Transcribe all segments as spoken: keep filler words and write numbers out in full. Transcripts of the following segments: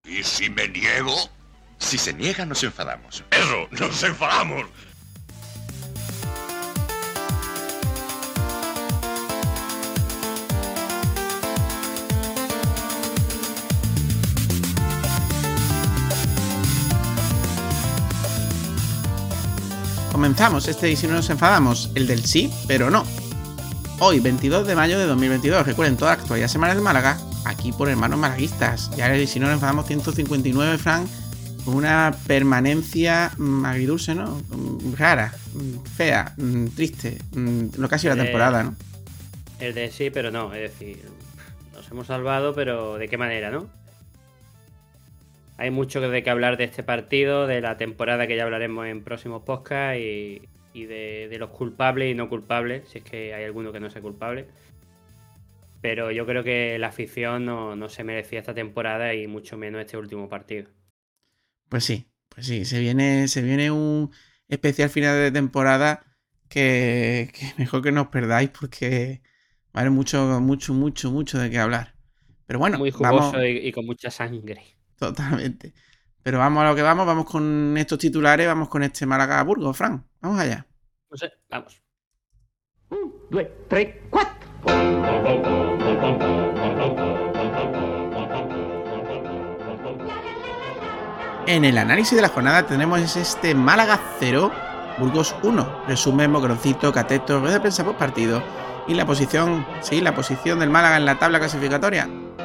¿Y si me niego? Si se niega, nos enfadamos. ¡Eso! ¡Nos enfadamos! Comenzamos este Y si no nos enfadamos, el del sí, pero no. Hoy, veintidós de mayo de dos mil veintidós, recuerden toda la actualidad semana del Málaga, aquí por Hermanos Malaguistas. Ya el Y si no nos enfadamos ciento cincuenta y nueve, Fran, con una permanencia mmm, agridulce, ¿no? Rara, fea, triste, lo que ha sido la temporada, ¿no? El de sí, pero no, es decir, nos hemos salvado, pero ¿de qué manera, no? Hay mucho de qué hablar de este partido, de la temporada que ya hablaremos en próximos podcasts y, y de, de los culpables y no culpables, si es que hay alguno que no sea culpable. Pero yo creo que la afición no, no se merecía esta temporada y mucho menos este último partido. Pues sí, pues sí, se viene, se viene un especial final de temporada que, que mejor que no os perdáis porque va a haber mucho, mucho, mucho, mucho de qué hablar. Pero bueno, muy jugoso vamos... y, y con mucha sangre. Totalmente. Pero vamos a lo que vamos, vamos con estos titulares, vamos con este Málaga-Burgos, Fran. Vamos allá. No sé, vamos. Un, dos, tres, cuatro. En el análisis de la jornada tenemos este Málaga cero, Burgos uno. Resumen, Mogroncito, Cateto, rueda de prensa post partido y la posición, sí, la posición del Málaga en la tabla clasificatoria.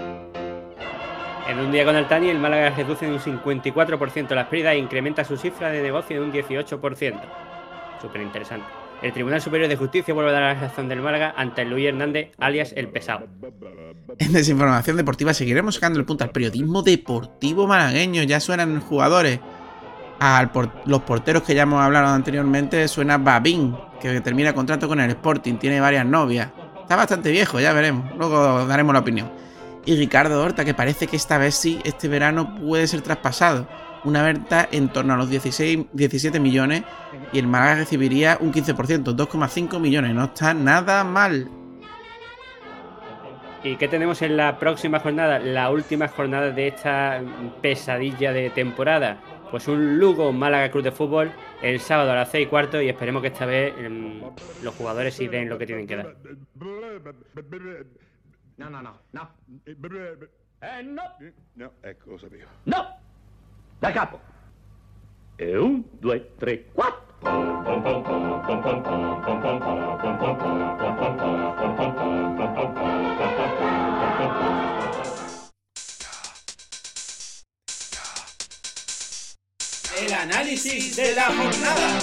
En un día con Altani, el Málaga reduce en un cincuenta y cuatro por ciento las pérdidas e incrementa su cifra de negocio en un dieciocho por ciento. Súper interesante. El Tribunal Superior de Justicia vuelve a dar la razón del Málaga ante Luis Hernández, alias El Pesado. En Desinformación Deportiva seguiremos sacando el punto al periodismo deportivo malagueño. Ya suenan jugadores. A por los porteros que ya hemos hablado anteriormente suena Babín, que termina contrato con el Sporting, tiene varias novias. Está bastante viejo, ya veremos. Luego daremos la opinión. Y Ricardo Horta, que parece que esta vez sí, este verano puede ser traspasado. Una venta en torno a los dieciséis, diecisiete millones y el Málaga recibiría un quince por ciento, dos coma cinco millones. No está nada mal. ¿Y qué tenemos en la próxima jornada? La última jornada de esta pesadilla de temporada. Pues un Lugo Málaga Club de Fútbol el sábado a las seis y cuarto y esperemos que esta vez mmm, los jugadores sí den lo que tienen que dar. No, no, no, no. Eh, no. No, ecco, lo sapevo. No! Da capo. E un, due, tre, quattro. El análisis de la jornada.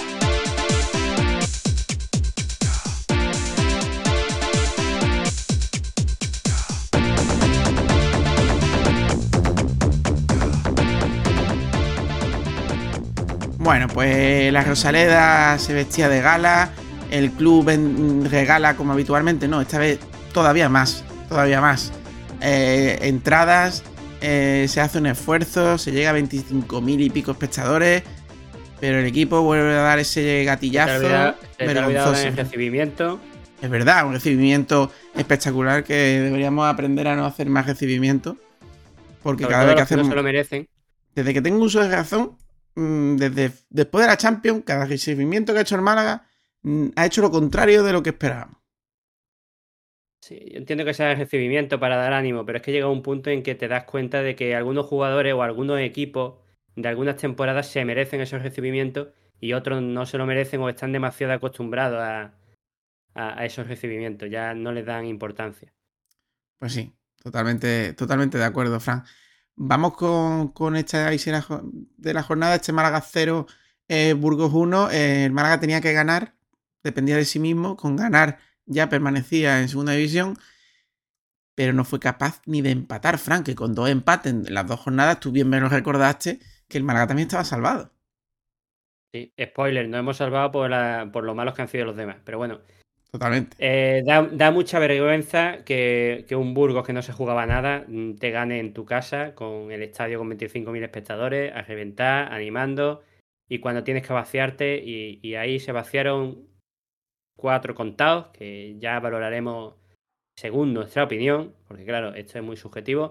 Bueno, pues la Rosaleda se vestía de gala, el club regala como habitualmente, no, esta vez todavía más, todavía más. Eh, entradas, eh, se hace un esfuerzo, se llega a veinticinco mil y pico espectadores, pero el equipo vuelve a dar ese gatillazo vergonzoso. El recibimiento. Es verdad, un recibimiento espectacular que deberíamos aprender a no hacer más recibimiento, porque Sobre cada vez que que hacemos... No se lo merecen. Desde que tengo uso de razón... Desde después de la Champions, cada recibimiento que ha hecho el Málaga ha hecho lo contrario de lo que esperábamos. Sí, yo entiendo que sea el recibimiento para dar ánimo, pero es que llega un punto en que te das cuenta de que algunos jugadores o algunos equipos de algunas temporadas se merecen esos recibimientos y otros no se lo merecen o están demasiado acostumbrados a, a, a esos recibimientos, ya no les dan importancia. Pues sí, totalmente, totalmente de acuerdo, Fran. Vamos con, con esta de la jornada, este Málaga cero, eh, Burgos uno. Eh, el Málaga tenía que ganar, dependía de sí mismo. Con ganar ya permanecía en segunda división, pero no fue capaz ni de empatar, Fran, que con dos empates en las dos jornadas, tú bien me lo recordaste, que el Málaga también estaba salvado. Sí, spoiler, nos hemos salvado por, la, por lo malos que han sido los demás, pero bueno. Totalmente. Eh, da, da mucha vergüenza que, que un Burgos que no se jugaba nada te gane en tu casa con el estadio con veinticinco mil espectadores, a reventar, animando, y cuando tienes que vaciarte, y, y ahí se vaciaron cuatro contados, que ya valoraremos según nuestra opinión, porque claro, esto es muy subjetivo,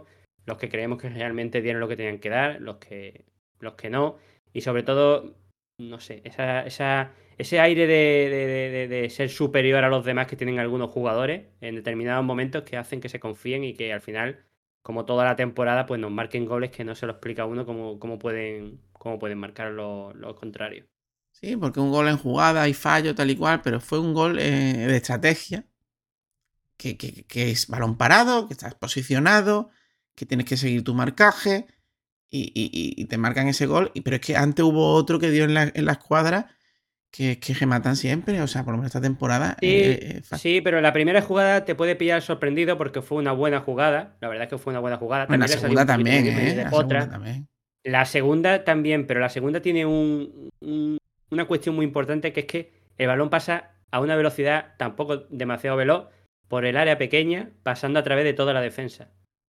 los que creemos que realmente dieron lo que tenían que dar, los que, los que no, y sobre todo, no sé, esa, esa, ese aire de, de, de, de ser superior a los demás que tienen algunos jugadores en determinados momentos que hacen que se confíen y que al final, como toda la temporada, pues nos marquen goles que no se lo explica a uno cómo, cómo pueden, cómo pueden marcar los, los contrarios. Sí, porque un gol en jugada y fallo tal y cual, pero fue un gol eh, de estrategia, que, que, que es balón parado, que estás posicionado, que tienes que seguir tu marcaje y, y, y te marcan ese gol. Y, pero es que antes hubo otro que dio en la, en la escuadra que, que rematan siempre, o sea, por lo menos esta temporada. Sí, eh, eh, sí, pero la primera jugada te puede pillar sorprendido porque fue una buena jugada. La verdad es que fue una buena jugada. bueno, la También le salió segunda un poquito también, medio medio ¿eh? de La segunda potra. también. La segunda también, pero la segunda tiene un, un- una cuestión muy importante, que es que el balón pasa a una velocidad tampoco demasiado veloz por el área pequeña, pasando a través de toda la defensa.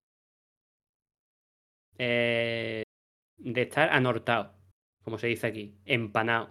Eh, de estar anortado, como se dice aquí, empanado.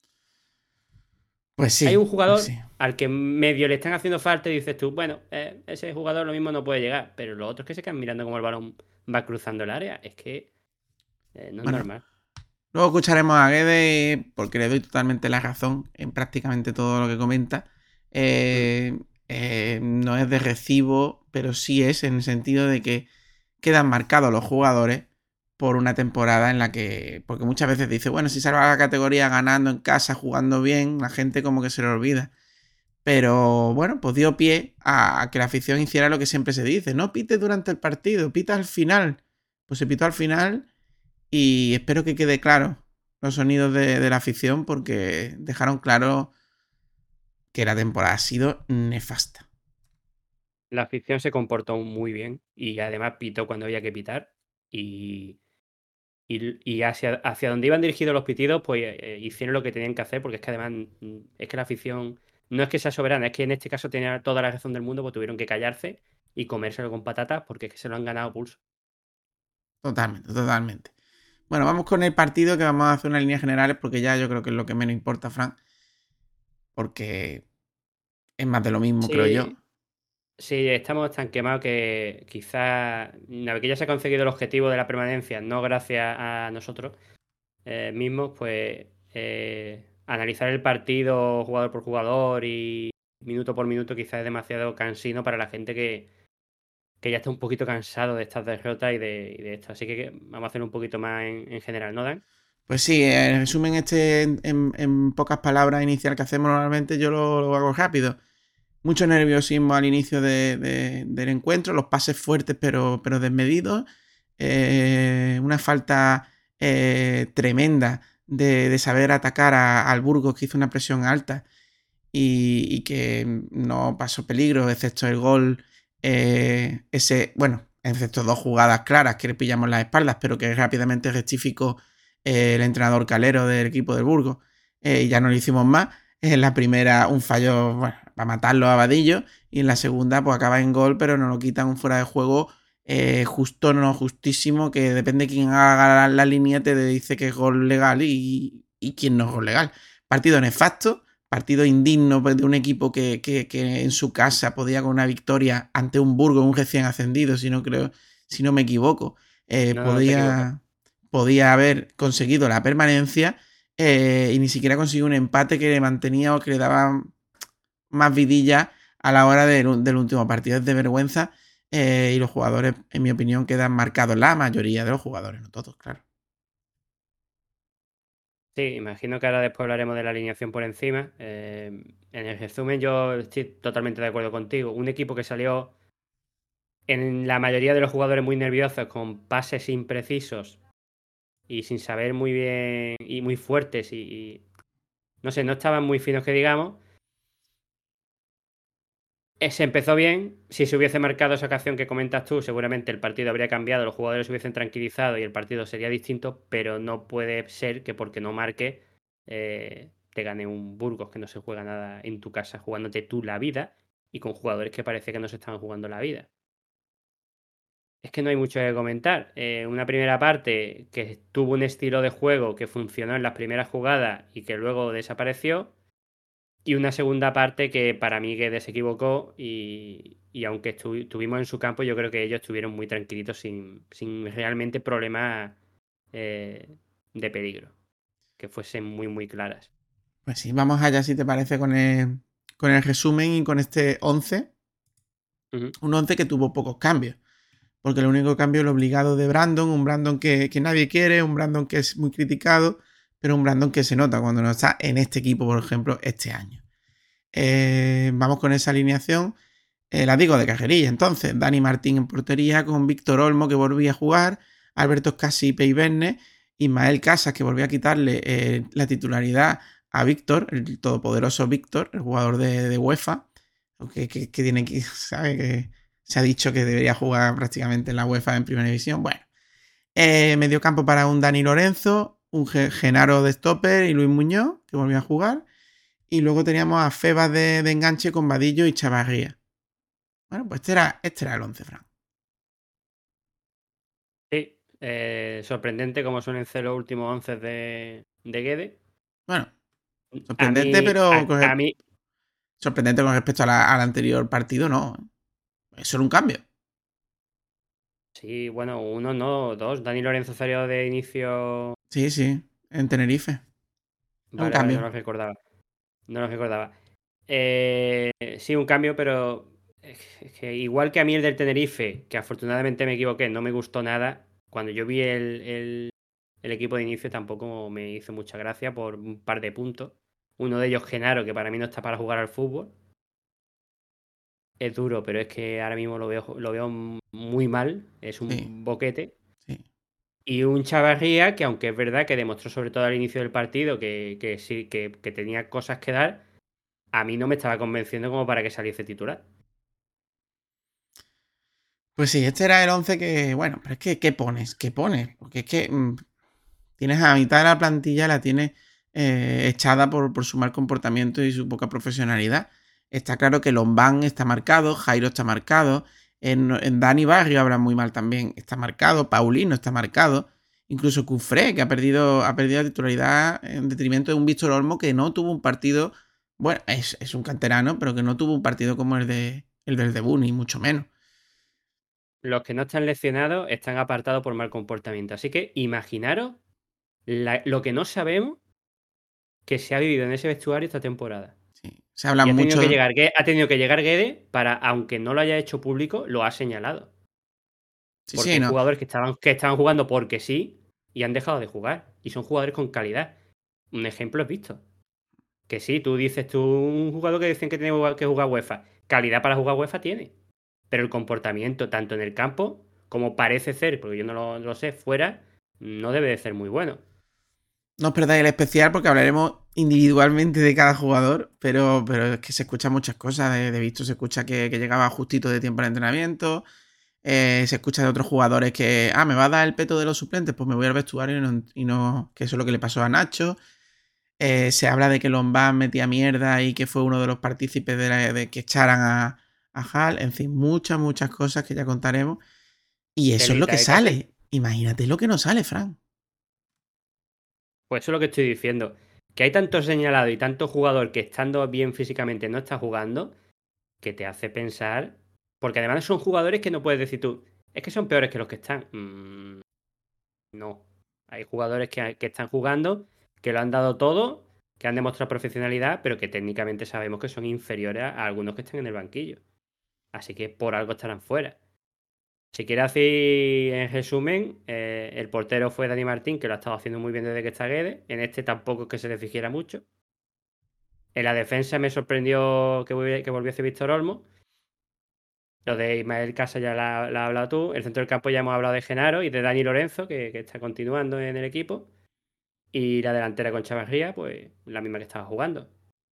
Pues Hay sí, un pues jugador sí. al que medio le están haciendo falta y dices tú, bueno, eh, ese jugador lo mismo no puede llegar, pero los otros que se quedan mirando como el balón va cruzando el área, es que eh, no es Bueno, normal. luego escucharemos a Guede porque le doy totalmente la razón en prácticamente todo lo que comenta. Eh, eh, no es de recibo, pero sí es en el sentido de que quedan marcados los jugadores por una temporada en la que... Porque muchas veces dice, bueno, si salva la categoría ganando en casa, jugando bien, la gente como que se le olvida. Pero bueno, pues dio pie a que la afición hiciera lo que siempre se dice, no pites durante el partido, pita al final. Pues se pitó al final y espero que quede claro los sonidos de, de la afición porque dejaron claro que la temporada ha sido nefasta. La afición se comportó muy bien y además pitó cuando había que pitar y, y, y hacia, hacia donde iban dirigidos los pitidos pues eh, hicieron lo que tenían que hacer, porque es que además mm, es que la afición no es que sea soberana, es que en este caso tenía toda la razón del mundo, pues tuvieron que callarse y comérselo con patatas porque es que se lo han ganado a pulso. Totalmente, totalmente. Bueno, vamos con el partido, que vamos a hacer unas líneas generales porque ya yo creo que es lo que menos importa, Fran. Porque es más de lo mismo, creo yo. Sí, sí, estamos tan quemados que quizás, una vez que ya se ha conseguido el objetivo de la permanencia, no gracias a nosotros eh, mismos, pues eh, analizar el partido jugador por jugador y minuto por minuto quizás es demasiado cansino para la gente que, que ya está un poquito cansado de estas derrotas y de, y de esto. Así que vamos a hacer un poquito más en, en general, ¿no, Dan? Pues sí, en resumen, este en, en, en pocas palabras inicial que hacemos normalmente, yo lo, lo hago rápido. Mucho nerviosismo al inicio de, de, del encuentro, los pases fuertes pero, pero desmedidos, eh, una falta eh, tremenda de, de, saber atacar a, al Burgos, que hizo una presión alta y, y que no pasó peligro, excepto el gol, eh, ese, bueno, excepto dos jugadas claras que le pillamos las espaldas, pero que rápidamente rectificó eh, el entrenador Calero del equipo del Burgos, eh, y ya no lo hicimos más. En la primera, un fallo, bueno, para matarlo a Vadillo. Y en la segunda, pues acaba en gol, pero no lo quitan un fuera de juego eh, justo, no justísimo, que depende de quién haga la, la línea, te dice que es gol legal y, y quién no es gol legal. Partido nefasto, partido indigno de un equipo que, que, que en su casa podía con una victoria ante un Burgos, un recién ascendido, si no creo, si no me equivoco, eh, No, no te podía, equivocas. podía haber conseguido la permanencia. Eh, y ni siquiera consiguió un empate que le mantenía o que le daba más vidilla a la hora del, del último partido. Es de vergüenza, eh, y los jugadores, en mi opinión, quedan marcados, la mayoría de los jugadores, no todos, claro. Sí, imagino que ahora después hablaremos de la alineación por encima. Eh, en el resumen yo estoy totalmente de acuerdo contigo. Un equipo que salió en la mayoría de los jugadores muy nerviosos, con pases imprecisos y sin saber muy bien y muy fuertes y, y no sé, no estaban muy finos que digamos. Eh, Se empezó bien. Si se hubiese marcado esa ocasión que comentas tú, seguramente el partido habría cambiado, los jugadores se hubiesen tranquilizado y el partido sería distinto, pero no puede ser que porque no marque eh, te gane un Burgos que no se juega nada en tu casa, jugándote tú la vida y con jugadores que parece que no se estaban jugando la vida. Es que no hay mucho que comentar. Eh, una primera parte que tuvo un estilo de juego que funcionó en las primeras jugadas y que luego desapareció. Y una segunda parte que para mí Guedes se equivocó y, y aunque estu- estuvimos en su campo, yo creo que ellos estuvieron muy tranquilitos sin, sin realmente problemas eh, de peligro, que fuesen muy, muy claras. Pues sí, vamos allá si te parece con el, con el resumen y con este once. Ujú. Un once que tuvo pocos cambios. Porque el único cambio es el obligado de Brandon, un Brandon que, que nadie quiere, un Brandon que es muy criticado, pero un Brandon que se nota cuando no está en este equipo, por ejemplo, este año. Eh, vamos con esa alineación. Eh, la digo de cajerilla. Entonces, Dani Martín en portería con Víctor Olmo, que volvía a jugar, Alberto Scasipe y Verne, Ismael Casas, que volvió a quitarle eh, la titularidad a Víctor, el todopoderoso Víctor, el jugador de, de UEFA, que, que, que tiene que, sabe que se ha dicho que debería jugar prácticamente en la UEFA en primera división. Bueno, eh, medio campo para un Dani Lorenzo, un Genaro de stopper y Luis Muñoz, que volvió a jugar. Y luego teníamos a Febas de, de enganche con Vadillo y Chavarría. Bueno, pues este era, este era el once, Fran. Sí, eh, sorprendente como suelen ser los últimos once de, de Guedes. Bueno, A sorprendente, mí, pero a, con, a mí, sorprendente con respecto a la, al anterior partido, no. Es solo un cambio. sí, bueno, uno no, dos. Dani Lorenzo salió de inicio. Sí, sí, en Tenerife. Es un Vale, vale, cambio. no lo recordaba. No lo recordaba. Eh, sí, un cambio, pero es que igual que a mí el del Tenerife, que afortunadamente me equivoqué, no me gustó nada. Cuando yo vi el, el, el equipo de inicio tampoco me hizo mucha gracia por un par de puntos. Uno de ellos, Genaro, que para mí no está para jugar al fútbol. Es duro, pero es que ahora mismo lo veo, lo veo muy mal. Es un Sí. boquete. Sí. Y un Chavarría que, aunque es verdad que demostró sobre todo al inicio del partido que, que sí, que, que tenía cosas que dar, a mí no me estaba convenciendo como para que saliese titular. Pues sí, este era el once que, bueno, pero es que, ¿qué pones? ¿Qué pones? Porque es que mmm, tienes a mitad de la plantilla, la tienes eh, echada por, por su mal comportamiento y su poca profesionalidad. Está claro que Lombán está marcado, Jairo está marcado, en, en Dani Barrio habla muy mal también, está marcado, Paulino está marcado, incluso Cufré, que ha perdido, ha perdido la titularidad en detrimento de un Víctor Olmo que no tuvo un partido, bueno, es, es un canterano, pero que no tuvo un partido como el, de, el del debut, ni mucho menos. Los que no están lesionados están apartados por mal comportamiento. Así que imaginaros la, lo que no sabemos que se ha vivido en ese vestuario esta temporada. Sí, se habla Y ha tenido mucho. que llegar, ha tenido que llegar Guedes para, aunque no lo haya hecho público, lo ha señalado. Sí, Porque sí, hay no. jugadores que estaban, que estaban jugando porque sí y han dejado de jugar. Y son jugadores con calidad. Un ejemplo es visto. Que sí, tú dices, tú un jugador que dicen que tiene que jugar UEFA. Calidad para jugar UEFA tiene. Pero el comportamiento, tanto en el campo como parece ser, porque yo no lo, no lo sé, fuera, no debe de ser muy bueno. No os perdáis el especial porque hablaremos individualmente de cada jugador, pero, pero es que se escuchan muchas cosas. De, de visto se escucha que, que llegaba justito de tiempo al entrenamiento. Eh, se escucha de otros jugadores que, ah, me va a dar el peto de los suplentes, pues me voy al vestuario y no, y no que eso es lo que le pasó a Nacho. Eh, se habla de que Lombán metía mierda y que fue uno de los partícipes de, la, de que echaran a, a Hal. En fin, muchas, muchas cosas que ya contaremos. Y eso es lo Telita que de sale. café. Imagínate lo que no sale, Fran. Pues eso es lo que estoy diciendo. Que hay tanto señalado y tanto jugador que estando bien físicamente no está jugando, que te hace pensar. Porque además son jugadores que no puedes decir tú, es que son peores que los que están. Mm, no. Hay jugadores que, que están jugando, que lo han dado todo, que han demostrado profesionalidad, pero que técnicamente sabemos que son inferiores a algunos que están en el banquillo. Así que por algo estarán fuera. Si quieres decir en resumen, eh, el portero fue Dani Martín, que lo ha estado haciendo muy bien desde que está Guedes. En este tampoco es que se le fijiera mucho. En la defensa me sorprendió que, volvi- que volviese Víctor Olmo. Lo de Ismael Casa ya la, la has hablado tú. El centro del campo ya hemos hablado de Genaro y de Dani Lorenzo, que, que está continuando en el equipo. Y la delantera con Chavarría, pues la misma que estaba jugando.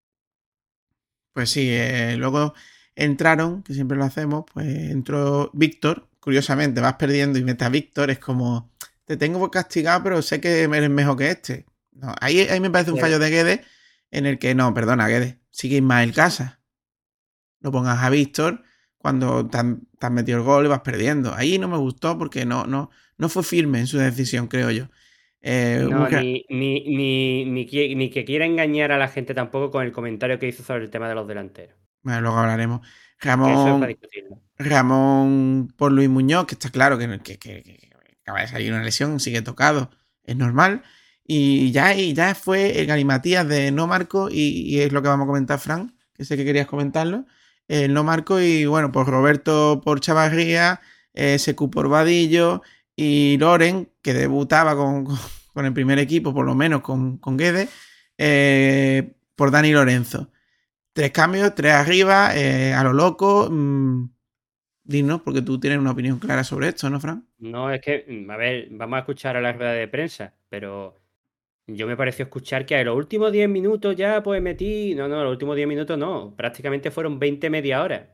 Pues sí, eh, luego entraron, que siempre lo hacemos, pues entró Víctor. Curiosamente, vas perdiendo y metes a Víctor, es como, te tengo castigado, pero sé que eres mejor que este. No, ahí, ahí me parece un fallo de Guedes, en el que, no, perdona, Guedes, sigue Ismael Casa. No pongas a Víctor cuando te han, te han metido el gol y vas perdiendo. Ahí no me gustó porque no, no, no fue firme en su decisión, creo yo. Eh, No, un gra- ni, ni, ni, ni, qui- ni que quiera engañar a la gente tampoco con el comentario que hizo sobre el tema de los delanteros. Bueno, luego hablaremos. Que eso es para Ramón, discutirlo. Ramón por Luis Muñoz, que está claro que, que- que- que acaba de salir una lesión, sigue tocado, es normal. Y ya, y ya fue el galimatías de no marco, y, y es lo que vamos a comentar, Fran, que sé que querías comentarlo. El no marco, y bueno, pues Roberto por Chavarría, eh, Secu por Vadillo, y Loren, que debutaba con, con- con el primer equipo, por lo menos con, con Guedes, eh, por Dani Lorenzo. Tres cambios, tres arriba, eh, a lo loco. Mmm, dinos, porque tú tienes una opinión clara sobre esto, ¿no, Fran? No, es que, mm, a ver, vamos a escuchar a la rueda de prensa, pero yo me pareció escuchar que a los últimos diez minutos ya pues metí. No, no, los últimos diez minutos no. Prácticamente fueron veinte media hora.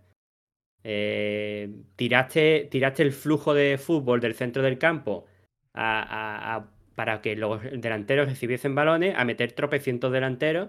Eh, tiraste, tiraste el flujo de fútbol del centro del campo a- a- a- para que los delanteros recibiesen balones, a meter tropecientos delanteros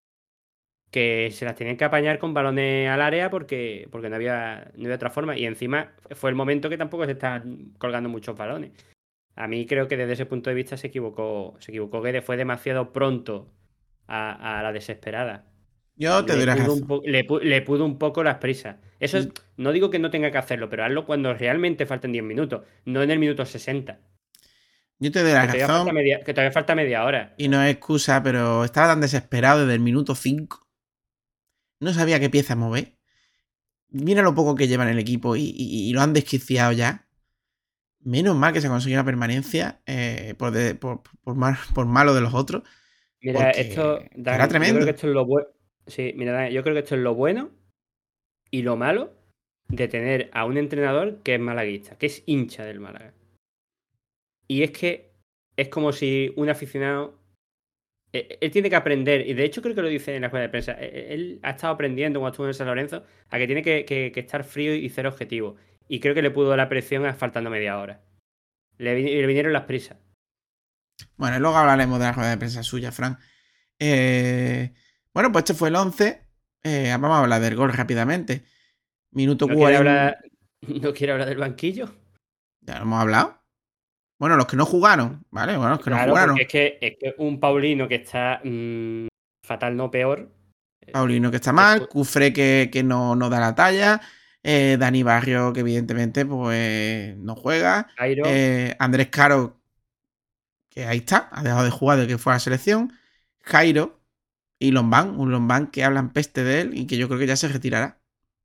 que se las tenían que apañar con balones al área porque, porque no había, no había otra forma. Y encima fue el momento que tampoco se están colgando muchos balones. A mí creo que desde ese punto de vista se equivocó, se equivocó Guedes, fue demasiado pronto a, a la desesperada. Yo te Le doy la pudo, un razón. po- le, pu- le pudo un poco las prisas. Eso es, no digo que no tenga que hacerlo, pero hazlo cuando realmente falten diez minutos, no en el minuto sesenta. Yo te doy la Que todavía falta razón. media, que todavía falta media hora. Y no es excusa, pero estaba tan desesperado desde el minuto cinco. No sabía qué pieza mover. Mira lo poco que llevan el equipo y, y- y lo han desquiciado ya. Menos mal que se consiguió la permanencia eh, por, de- por, por mal- por malo de los otros. Mira, Porque esto, Dan, era yo creo tremendo. que esto es lo bueno. Sí, mira, Dan, yo creo que esto es lo bueno y lo malo de tener a un entrenador que es malaguista, que es hincha del Málaga. Y es que es como si un aficionado. eh, Él tiene que aprender, y de hecho creo que lo dice en la rueda de prensa. eh, Él ha estado aprendiendo cuando estuvo en San Lorenzo a que tiene que, que- que estar frío y ser objetivo. Y creo que le pudo la presión a faltando media hora. Le, vi- le vinieron las prisas. Bueno, y luego hablaremos de la rueda de prensa suya, Fran. Eh, bueno, pues este fue el once. Eh, vamos a hablar del gol rápidamente. Minuto ¿No quiere cuarenta. hablar, no quiere hablar del banquillo? Ya lo hemos hablado. Bueno, los que no jugaron, ¿vale? Bueno, los que Claro, no jugaron. porque es que, es que un Paulino que está mm, fatal, no peor. Paulino que está mal, Cufré que, que no, no da la talla, eh, Dani Barrio que evidentemente pues no juega, Jairo. eh, Andrés Caro que ahí está, ha dejado de jugar desde que fue a la selección, Jairo y Lombán, un Lombán que hablan peste de él y que yo creo que ya se retirará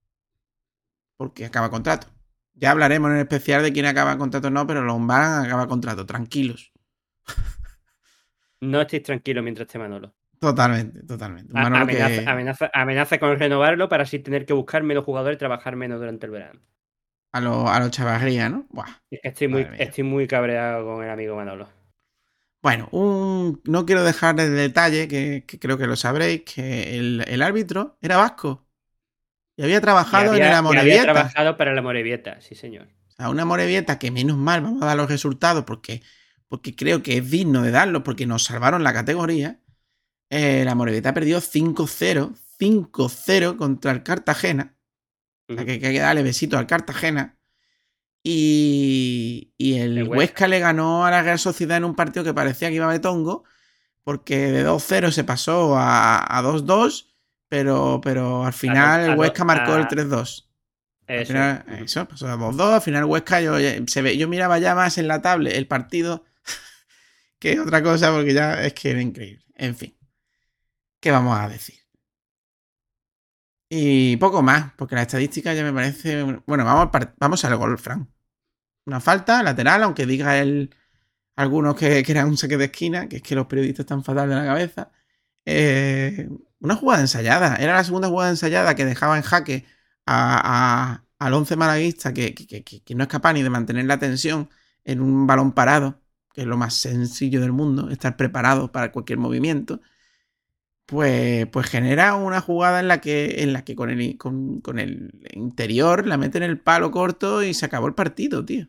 porque acaba contrato. Ya hablaremos en el especial de quién acaba contrato o no, pero Lombán acaba contrato, tranquilos. No estéis tranquilos mientras esté Manolo. Totalmente, totalmente. Un A- Manolo amenaza, que amenaza, amenaza con renovarlo para así tener que buscar menos jugadores y trabajar menos durante el verano. a los a lo Chavarría, ¿no? Buah. Es que estoy muy, Madre mía. estoy muy cabreado con el amigo Manolo. Bueno, un... no quiero dejar el detalle, que, que creo que lo sabréis, que el, el árbitro era vasco y había trabajado Y había, en el y Amorebieta. había trabajado para la Morevieta, sí señor. O sea, una Amorebieta que menos mal vamos a dar los resultados porque, porque creo que es digno de darlos, porque nos salvaron la categoría. Eh, la Amorebieta perdió cinco cero, cinco cero contra el Cartagena. O sea, que, que hay que darle besito al Cartagena. Y, y el, El Huesca. Huesca. le ganó a la Real Sociedad en un partido que parecía que iba de tongo, porque de dos cero se pasó a, a dos dos, pero, pero al final A do- el a do- Huesca marcó a- el tres dos. Al Eso. final, eso, pasó a dos dos, al final Huesca yo, se ve, yo miraba ya más en la tablet el partido que otra cosa, porque ya es que era increíble. En fin, ¿qué vamos a decir? Y poco más, porque la estadística ya me parece... Bueno, vamos al, part... vamos al gol, Fran. Una falta lateral, aunque diga él algunos que, que era un saque de esquina, que es que los periodistas están fatal de la cabeza. Eh, una jugada ensayada. Era la segunda jugada ensayada que dejaba en jaque a, a, al once malaguista, que, que, que, que no es capaz ni de mantener la tensión en un balón parado, que es lo más sencillo del mundo, estar preparado para cualquier movimiento. Pues, pues genera una jugada en la que, en la que con, el, con, con el interior la mete en el palo corto y se acabó el partido, tío.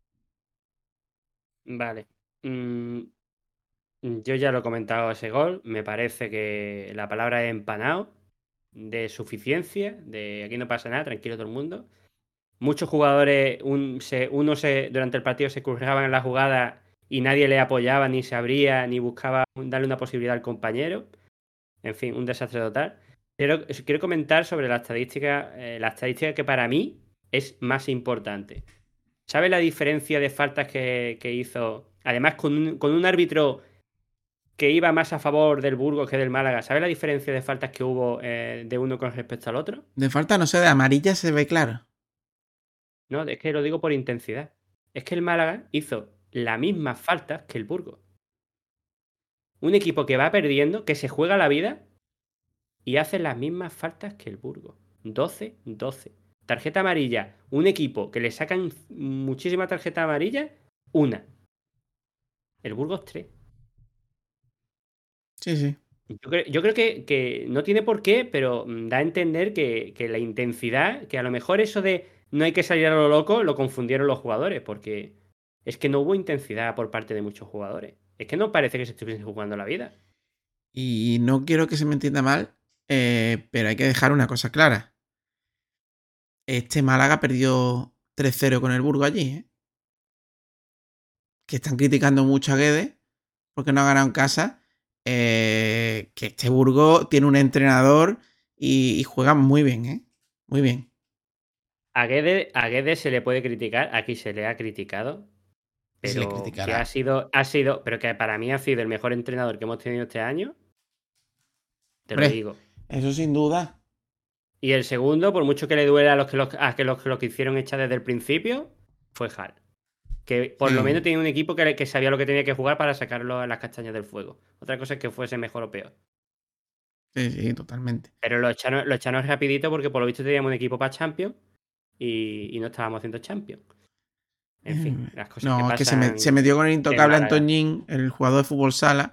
Vale. Mm, yo ya lo he comentado ese gol. Me parece que la palabra es empanado, de suficiencia, de aquí no pasa nada, tranquilo todo el mundo. Muchos jugadores, un, se, uno se, durante el partido se curraban en la jugada y nadie le apoyaba, ni se abría, ni buscaba darle una posibilidad al compañero. En fin, un desastre total. Quiero, quiero comentar sobre la estadística, eh, la estadística que para mí es más importante. ¿Sabes la diferencia de faltas que, que hizo? Además, con un, con un árbitro que iba más a favor del Burgos que del Málaga. ¿Sabes la diferencia de faltas que hubo eh, de uno con respecto al otro? De falta, no sé, de amarilla se ve claro. No, es que lo digo por intensidad. Es que el Málaga hizo las mismas faltas que el Burgos. Un equipo que va perdiendo, que se juega la vida y hace las mismas faltas que el Burgos. doce doce. Tarjeta amarilla. Un equipo que le sacan muchísima tarjeta amarilla, una. El Burgos, tres. Sí, sí. Yo creo, yo creo que, que no tiene por qué, pero da a entender que, que la intensidad, que a lo mejor eso de no hay que salir a lo loco, lo confundieron los jugadores, porque es que no hubo intensidad por parte de muchos jugadores. Es que no parece que se estuviesen jugando la vida. Y no quiero que se me entienda mal, eh, pero hay que dejar una cosa clara. Este Málaga perdió tres cero con el Burgos allí, ¿eh? Que están criticando mucho a Guedes porque no ha ganado en casa. Eh, que este Burgos tiene un entrenador y, y juega muy bien, ¿eh? Muy bien. A Guedes, a Guedes se le puede criticar, aquí se le ha criticado, Se le pero que criticará. ha sido, ha sido, pero que para mí ha sido el mejor entrenador que hemos tenido este año. Te lo Hombre, digo. eso sin duda. Y el segundo, por mucho que le duela a los que, los, a que los que lo quisieron echar desde el principio, fue Hall. Que por Sí. lo menos tenía un equipo que, que sabía lo que tenía que jugar para sacarlo a las castañas del fuego. Otra cosa es que fuese mejor o peor. Sí, sí, totalmente. Pero lo echaron, lo echaron rapidito porque por lo visto teníamos un equipo para Champions y, y no estábamos haciendo Champions. En fin, las cosas No, que es pasan. que se, me, se metió con el intocable en Málaga. Antoñín, el jugador de fútbol sala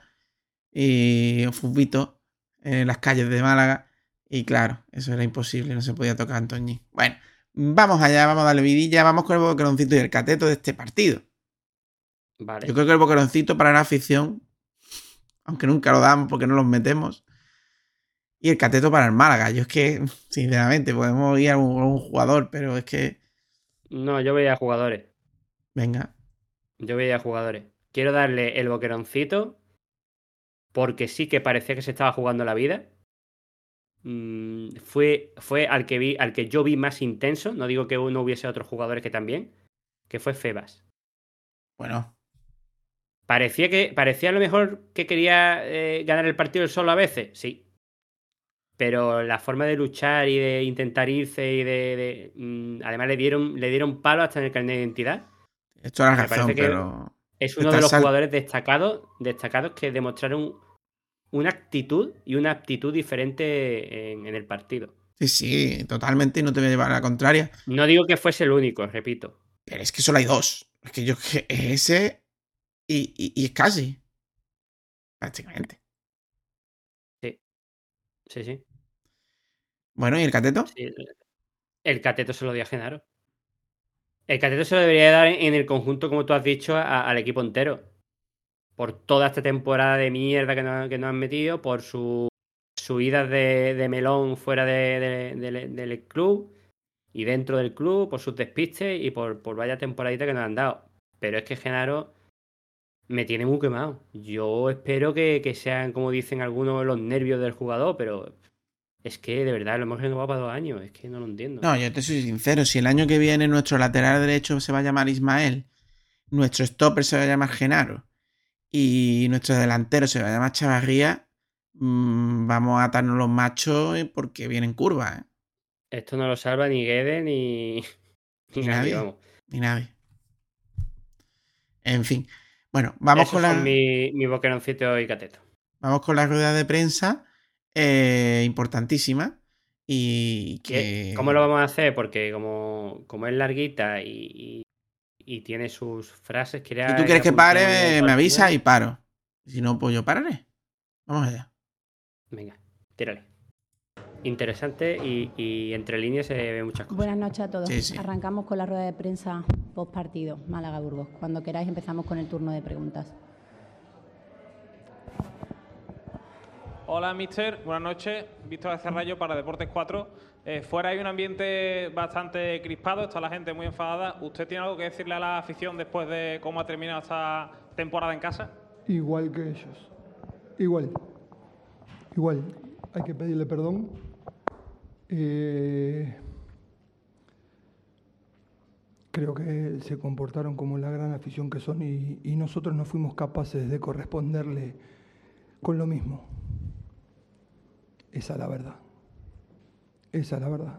y Fubito en las calles de Málaga. Y claro, eso era imposible, no se podía tocar a Antoñín. Bueno, vamos allá, vamos a darle vidilla, vamos con el boqueroncito y el cateto de este partido. Vale. Yo creo que el boqueroncito para la afición, aunque nunca lo damos porque no los metemos. Y el cateto para el Málaga. Yo es que, sinceramente, podemos ir a un, a un jugador, pero es que... No, yo veía jugadores. Venga. Yo veía jugadores. Quiero darle el boqueroncito porque sí que parecía que se estaba jugando la vida. Mm, fue, fue al que vi, al que yo vi más intenso. No digo que no hubiese otros jugadores que también. Que fue Febas. Bueno. Parecía que, parecía a lo mejor que quería eh, ganar el partido él solo a veces. Sí. Pero la forma de luchar y de intentar irse y de... de mm, además le dieron, le dieron palo hasta en el carnet de identidad. Esto era Me razón, parece que pero... es uno de los jugadores destacados, destacados que demostraron una actitud y una aptitud diferente en, en el partido. Sí, sí, totalmente, y no te voy a llevar a la contraria. No digo que fuese el único, repito. Pero es que solo hay dos. Es que yo que es ese y, y, y es casi. Prácticamente. Sí. Sí, sí. Bueno, ¿y el cateto? Sí. El cateto se lo dio a Genaro. El cateto se lo debería dar en el conjunto, como tú has dicho, a, al equipo entero. Por toda esta temporada de mierda que nos, que nos han metido, por sus subidas de, de melón fuera de, de, de, del club y dentro del club, por sus despistes y por, por vaya temporadita que nos han dado. Pero es que Genaro me tiene muy quemado. Yo espero que, que sean, como dicen algunos, los nervios del jugador, pero es que de verdad lo hemos renovado para dos años. Es que no lo entiendo. No, yo te soy sincero. Si el año que viene nuestro lateral derecho se va a llamar Ismael, nuestro stopper se va a llamar Genaro y nuestro delantero se va a llamar Chavarría, mmm, vamos a atarnos los machos porque vienen curvas, ¿eh? Esto no lo salva ni Guedes ni, ni, Ni nadie, nadie. vamos. Ni nadie. En fin. Bueno, vamos Esos con la... son mi, mi boqueroncito y cateto. Vamos con la rueda de prensa eh, importantísima. Y que... ¿Cómo lo vamos a hacer? Porque como, como es larguita y, y, y tiene sus frases... Si tú quieres que pare, me, me avisa y paro. Si no, pues yo pararé. Vamos allá. Venga, tírale. Interesante y, y entre líneas se ve muchas cosas. Buenas noches a todos. Sí, sí. Arrancamos con la rueda de prensa post partido, Málaga-Burgos. Cuando queráis empezamos con el turno de preguntas. Hola, mister. Buenas noches. Víctor Acerrayo para Deportes cuatro. Eh, fuera hay un ambiente bastante crispado, está la gente muy enfadada. ¿Usted tiene algo que decirle a la afición después de cómo ha terminado esta temporada en casa? Igual que ellos. Igual. Igual. Hay que pedirle perdón. Eh, creo que se comportaron como la gran afición que son y, y nosotros no fuimos capaces de corresponderle con lo mismo. Esa es la verdad. Esa es la verdad.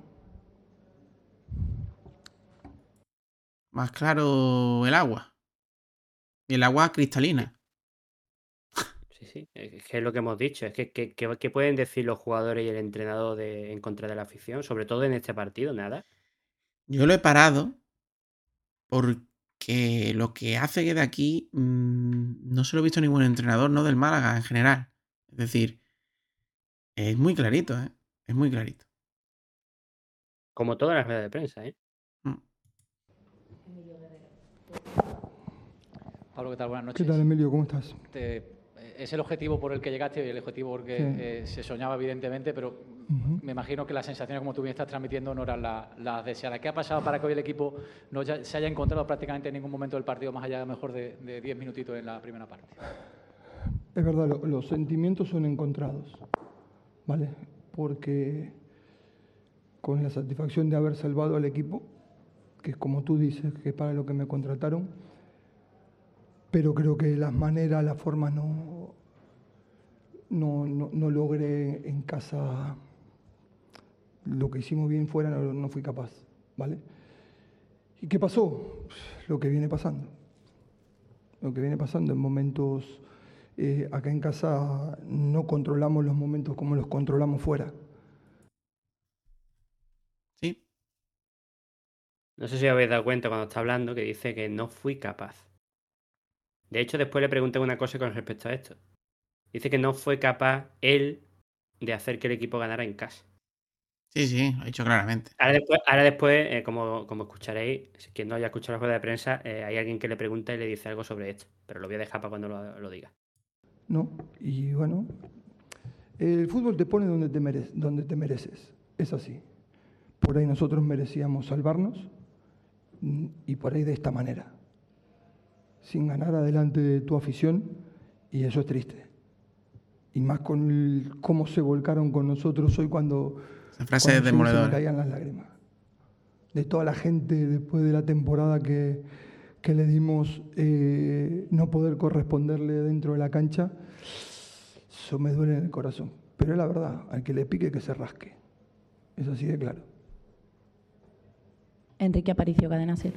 Más claro el agua. Y el agua cristalina. Sí, sí, es que es lo que hemos dicho. Es que, que, que- ¿qué pueden decir los jugadores y el entrenador de, en contra de la afición? Sobre todo en este partido, nada. Yo lo he parado porque lo que hace que de aquí mmm, no se lo he visto a ningún entrenador, no del Málaga en general. Es decir, es muy clarito, ¿eh? Es muy clarito. Como todas las ruedas de prensa, ¿eh? Mm. Pablo, ¿qué tal? Buenas ¿Qué noches. tal, Emilio? ¿Cómo estás? Te- es el objetivo por el que llegaste y el objetivo por el que Sí. eh, se soñaba, evidentemente, pero Ujú. me imagino que las sensaciones, como tú bien estás transmitiendo, no eran la- las deseadas. ¿Qué ha pasado para que hoy el equipo no ya- se haya encontrado prácticamente en ningún momento del partido, más allá a lo mejor de de diez minutitos en la primera parte? Es verdad, lo- los sentimientos son encontrados, ¿vale? Porque con la satisfacción de haber salvado al equipo, que es como tú dices, que es para lo que me contrataron, pero creo que las maneras, las formas no, no, no, no logré en casa lo que hicimos bien fuera, no, no fui capaz, ¿vale? ¿Y qué pasó? Lo que viene pasando. Lo que viene pasando en momentos, eh, acá en casa no controlamos los momentos como los controlamos fuera. Sí. No sé si os habéis dado cuenta cuando está hablando que dice que no fui capaz. De hecho, después le pregunté una cosa con respecto a esto. Dice que no fue capaz él de hacer que el equipo ganara en casa. Sí, sí, lo he dicho claramente. Ahora después, ahora después eh, como, como escucharéis, si quien no haya escuchado la rueda de prensa, eh, hay alguien que le pregunta y le dice algo sobre esto. Pero lo voy a dejar para cuando lo, lo diga. ¿No? Y bueno, el fútbol te pone donde te, merece, donde te mereces, es así. Por ahí nosotros merecíamos salvarnos mm, y por ahí de esta manera, sin ganar adelante de tu afición, y eso es triste. Y más con el- cómo se volcaron con nosotros hoy cuando, Esa frase cuando es se- se me demoledora. caían las lágrimas. De toda la gente después de la temporada que, que le dimos, eh, no poder corresponderle dentro de la cancha, eso me duele en el corazón. Pero es la verdad, al que le pique que se rasque. Es así de claro. Enrique Aparicio, Cadena SER.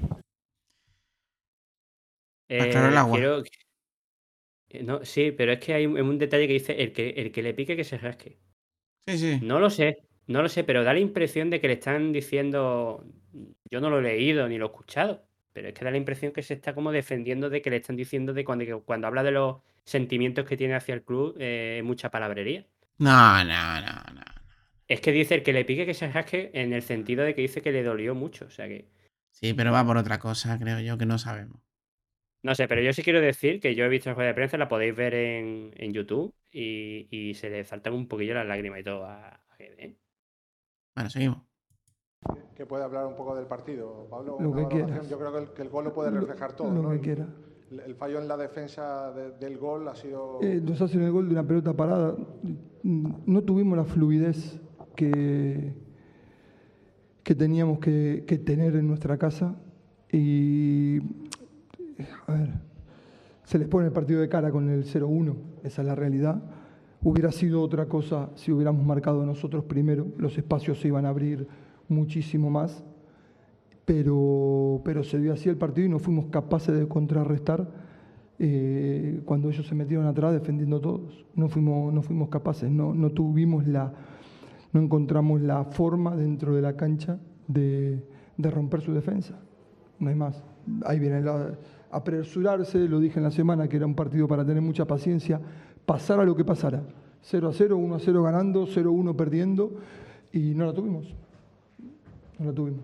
Más claro el agua. quiero- eh, no, sí, pero es que hay un, un detalle que dice el que, el que le pique que se rasque. Sí, sí. No lo sé, no lo sé, pero da la impresión de que le están diciendo. Yo no lo he leído ni lo he escuchado, pero es que da la impresión que se está como defendiendo de que le están diciendo de cuando, que cuando habla de los sentimientos que tiene hacia el club, eh, mucha palabrería. No, no, no, no. Es que dice el que le pique que se rasque en el sentido de que dice que le dolió mucho. O sea que. Sí, pero va por otra cosa, creo yo, que no sabemos. No sé, pero yo sí quiero decir que yo he visto la rueda de prensa, la podéis ver en, en YouTube y, y se le saltan un poquillo las lágrimas y todo a, a Guede, ¿eh? Bueno, seguimos. Que puede hablar un poco del partido, Pablo. Lo Una que valoración. quieras. Yo creo que el, que el gol lo puede reflejar todo. Lo ¿no? que El- quiera. El, el fallo en la defensa de- del gol ha sido. Eh, nos hacen el gol de una pelota parada. Mm, No tuvimos la fluidez que, que teníamos que, que tener en nuestra casa. Y, a ver, se les pone el partido de cara con el cero uno. Esa es la realidad. Hubiera sido otra cosa si hubiéramos marcado nosotros primero. Los espacios se iban a abrir muchísimo más. Pero, pero se dio así el partido y no fuimos capaces de contrarrestar eh, cuando ellos se metieron atrás defendiendo todos. No fuimos, no fuimos capaces, no, no tuvimos la, no encontramos la forma dentro de la cancha de, de romper su defensa. No hay más. Ahí viene la, apresurarse, lo dije en la semana que era un partido para tener mucha paciencia, pasara lo que pasara. cero a cero, uno a cero ganando, cero a uno perdiendo y no la tuvimos. No la tuvimos.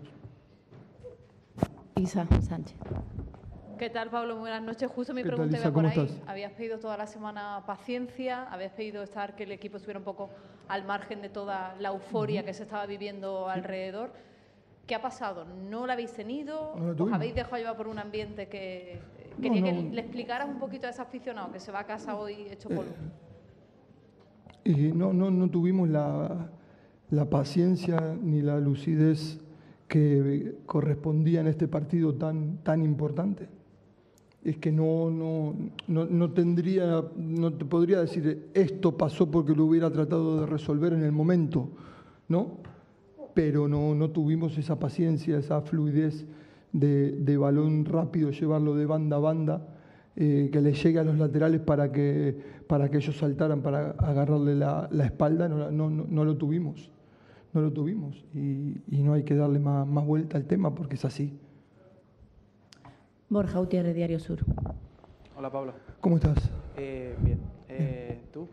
Isa Sánchez. ¿Qué tal, Pablo? Muy buenas noches. Justo mi ¿Qué tal, pregunta Isa? iba por ¿Cómo ahí. estás? Habías pedido toda la semana paciencia, habías pedido estar que el equipo estuviera un poco al margen de toda la euforia que se estaba viviendo alrededor. ¿Qué ha pasado? ¿No la habéis tenido? No la ¿Os tuvimos. habéis dejado llevar por un ambiente que... No, Quería no. que le explicaras un poquito a ese aficionado que se va a casa hoy hecho polvo. Y no, no, no tuvimos la, la paciencia ni la lucidez que correspondía en este partido tan, tan importante. Es que no, no, no, no tendría, no te podría decir esto pasó porque lo hubiera tratado de resolver en el momento, ¿no? Pero no, no tuvimos esa paciencia, esa fluidez de, de balón rápido, llevarlo de banda a banda, eh, que le llegue a los laterales para que, para que ellos saltaran, para agarrarle la, la espalda, no, no, no, no lo tuvimos, no lo tuvimos. Y, y no hay que darle más, más vuelta al tema porque es así. Borja Gutiérrez, Diario Sur. Hola, Pablo. ¿Cómo estás? Eh, bien. Eh, ¿Tú?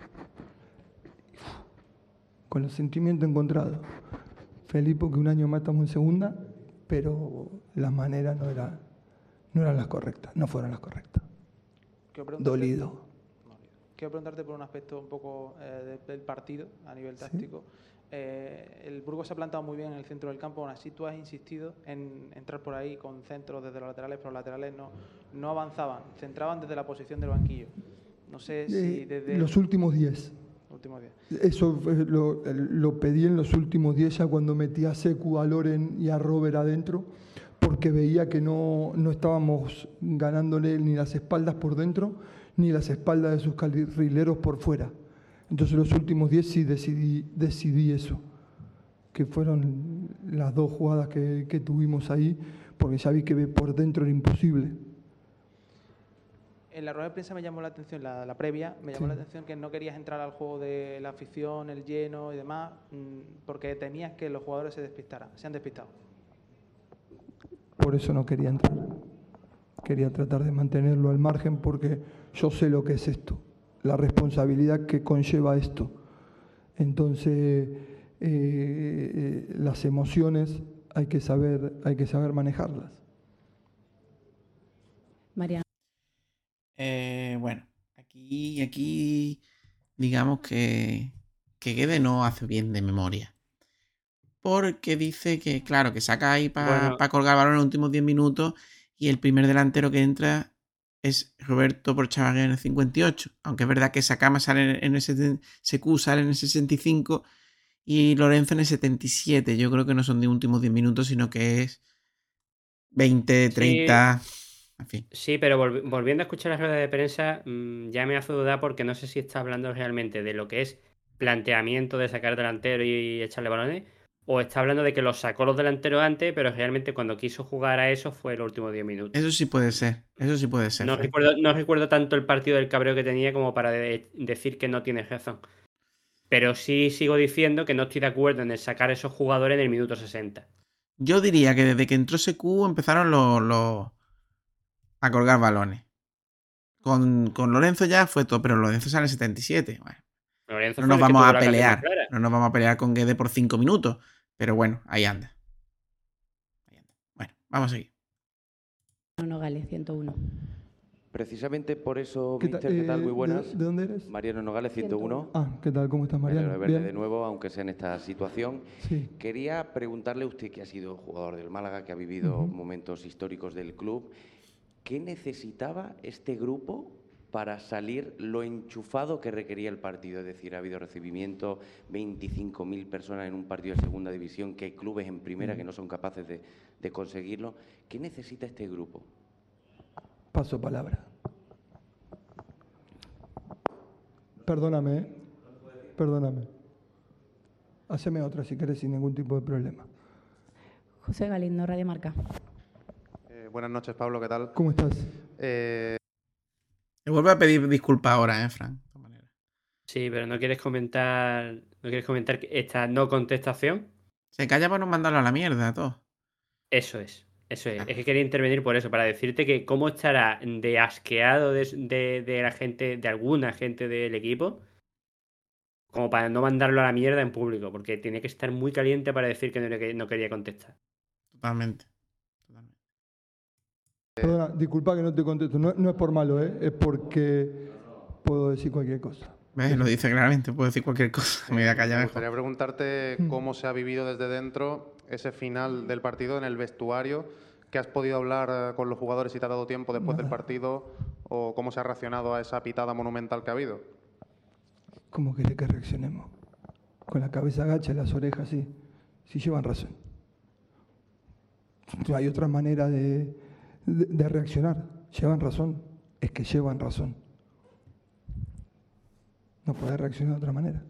Con los sentimientos encontrados. Feliz porque un año más estamos en segunda, pero las maneras no, era, no eran las correctas, no fueron las correctas. Quiero preguntarte- Dolido. Quiero preguntarte por un aspecto un poco eh, de- del partido a nivel Sí. táctico. Eh, el Burgos se ha plantado muy bien en el centro del campo, aún así tú has insistido en entrar por ahí con centros desde los laterales, pero los laterales no, no avanzaban, centraban desde la posición del banquillo. No sé si Eh, desde los últimos diez. últimos días. Eso fue lo, lo pedí en los últimos días ya cuando metí a Secu, a Loren y a Robert adentro, porque veía que no, no estábamos ganándole ni las espaldas por dentro, ni las espaldas de sus carrileros por fuera. Entonces los últimos diez sí decidí, decidí eso, que fueron las dos jugadas que, que tuvimos ahí, porque ya vi que por dentro era imposible. En la rueda de prensa me llamó la atención, la, la previa, me llamó Sí. la atención que no querías entrar al juego de la afición, el lleno y demás, mm, porque temías que los jugadores se despistaran. Se han despistado. Por eso no quería entrar. Quería tratar de mantenerlo al margen porque yo sé lo que es esto, la responsabilidad que conlleva esto. Entonces, eh, eh, las emociones hay que saber, hay que saber manejarlas. Mariano. Eh, bueno, aquí, aquí digamos que, que Guede no hace bien de memoria. Porque dice que, claro, que saca ahí para Bueno. colgar el balón en los últimos diez minutos y el primer delantero que entra es Roberto por Chavarría en el cincuenta y ocho. Aunque es verdad que Sakama sale en el setenta, Secu sale en el sesenta y cinco y Lorenzo en el setenta y siete. Yo creo que no son de últimos diez minutos, sino que es veinte, treinta... En fin. Sí, pero volvi- volviendo a escuchar la rueda de prensa, mmm, ya me hace dudar porque no sé si está hablando realmente de lo que es planteamiento de sacar delantero y echarle balones, o está hablando de que los sacó los delanteros antes, pero realmente cuando quiso jugar a eso fue los últimos diez minutos. Eso sí puede ser, eso sí puede ser. No Fred. recuerdo, no recuerdo tanto el partido del cabreo que tenía como para de- decir que no tienes razón. Pero sí sigo diciendo que no estoy de acuerdo en el sacar a esos jugadores en el minuto sesenta. Yo diría que desde que entró Secu empezaron los, los a colgar balones. Con, con Lorenzo ya fue todo, pero Lorenzo sale en el setenta y siete. Bueno, Lorenzo no fue nos el que vamos tuvo a la ocasión pelear. más clara. No nos vamos a pelear con Guede por cinco minutos. Pero bueno, ahí anda. Ahí anda. Bueno, vamos a seguir. Nogales, ciento uno. Precisamente por eso, ¿Qué ta- mister, ¿qué tal? eh, Muy buenas. ¿de- de dónde eres? Mariano Nogales, ciento uno. Ah, ¿qué tal? ¿Cómo estás, Me alegro Mariano? de verle Bien. de nuevo, aunque sea en esta situación. Sí. Quería preguntarle a usted, que ha sido jugador del Málaga, que ha vivido Ujú. momentos históricos del club, ¿qué necesitaba este grupo para salir lo enchufado que requería el partido? Es decir, ha habido recibimiento, veinticinco mil personas en un partido de segunda división, que hay clubes en primera que no son capaces de, de conseguirlo. ¿Qué necesita este grupo? Paso palabra. Perdóname, ¿eh? Perdóname. Haceme otra si querés sin ningún tipo de problema. José Galindo, Radio Marca. Eh, buenas noches, Pablo, ¿qué tal? ¿Cómo estás? Eh, Me vuelvo a pedir disculpas ahora, ¿eh, Fran? Sí, pero no quieres comentar, no quieres comentar que esta no contestación. Se calla para no mandarlo a la mierda a todos. Eso es, eso es. Es que quería intervenir por eso, para decirte que cómo estará de asqueado de, de- de la gente, de alguna gente del equipo, como para no mandarlo a la mierda en público, porque tiene que estar muy caliente para decir que no, que no quería contestar. Totalmente. Perdona, disculpa que no te contesto. No, no es por malo, ¿eh? Es porque puedo decir cualquier cosa. ¿Ves? Lo dice claramente, puedo decir cualquier cosa, me voy a callar Me mejor. gustaría preguntarte cómo se ha vivido desde dentro ese final del partido en el vestuario, que has podido hablar con los jugadores si te ha dado tiempo después Nada. del partido, o cómo se ha reaccionado a esa pitada monumental que ha habido. ¿Cómo quiere que reaccionemos? Con la cabeza agacha y las orejas, sí. Sí llevan razón. No hay otra manera de, de, de reaccionar. Llevan razón. Es que llevan razón. No puede reaccionar de otra manera.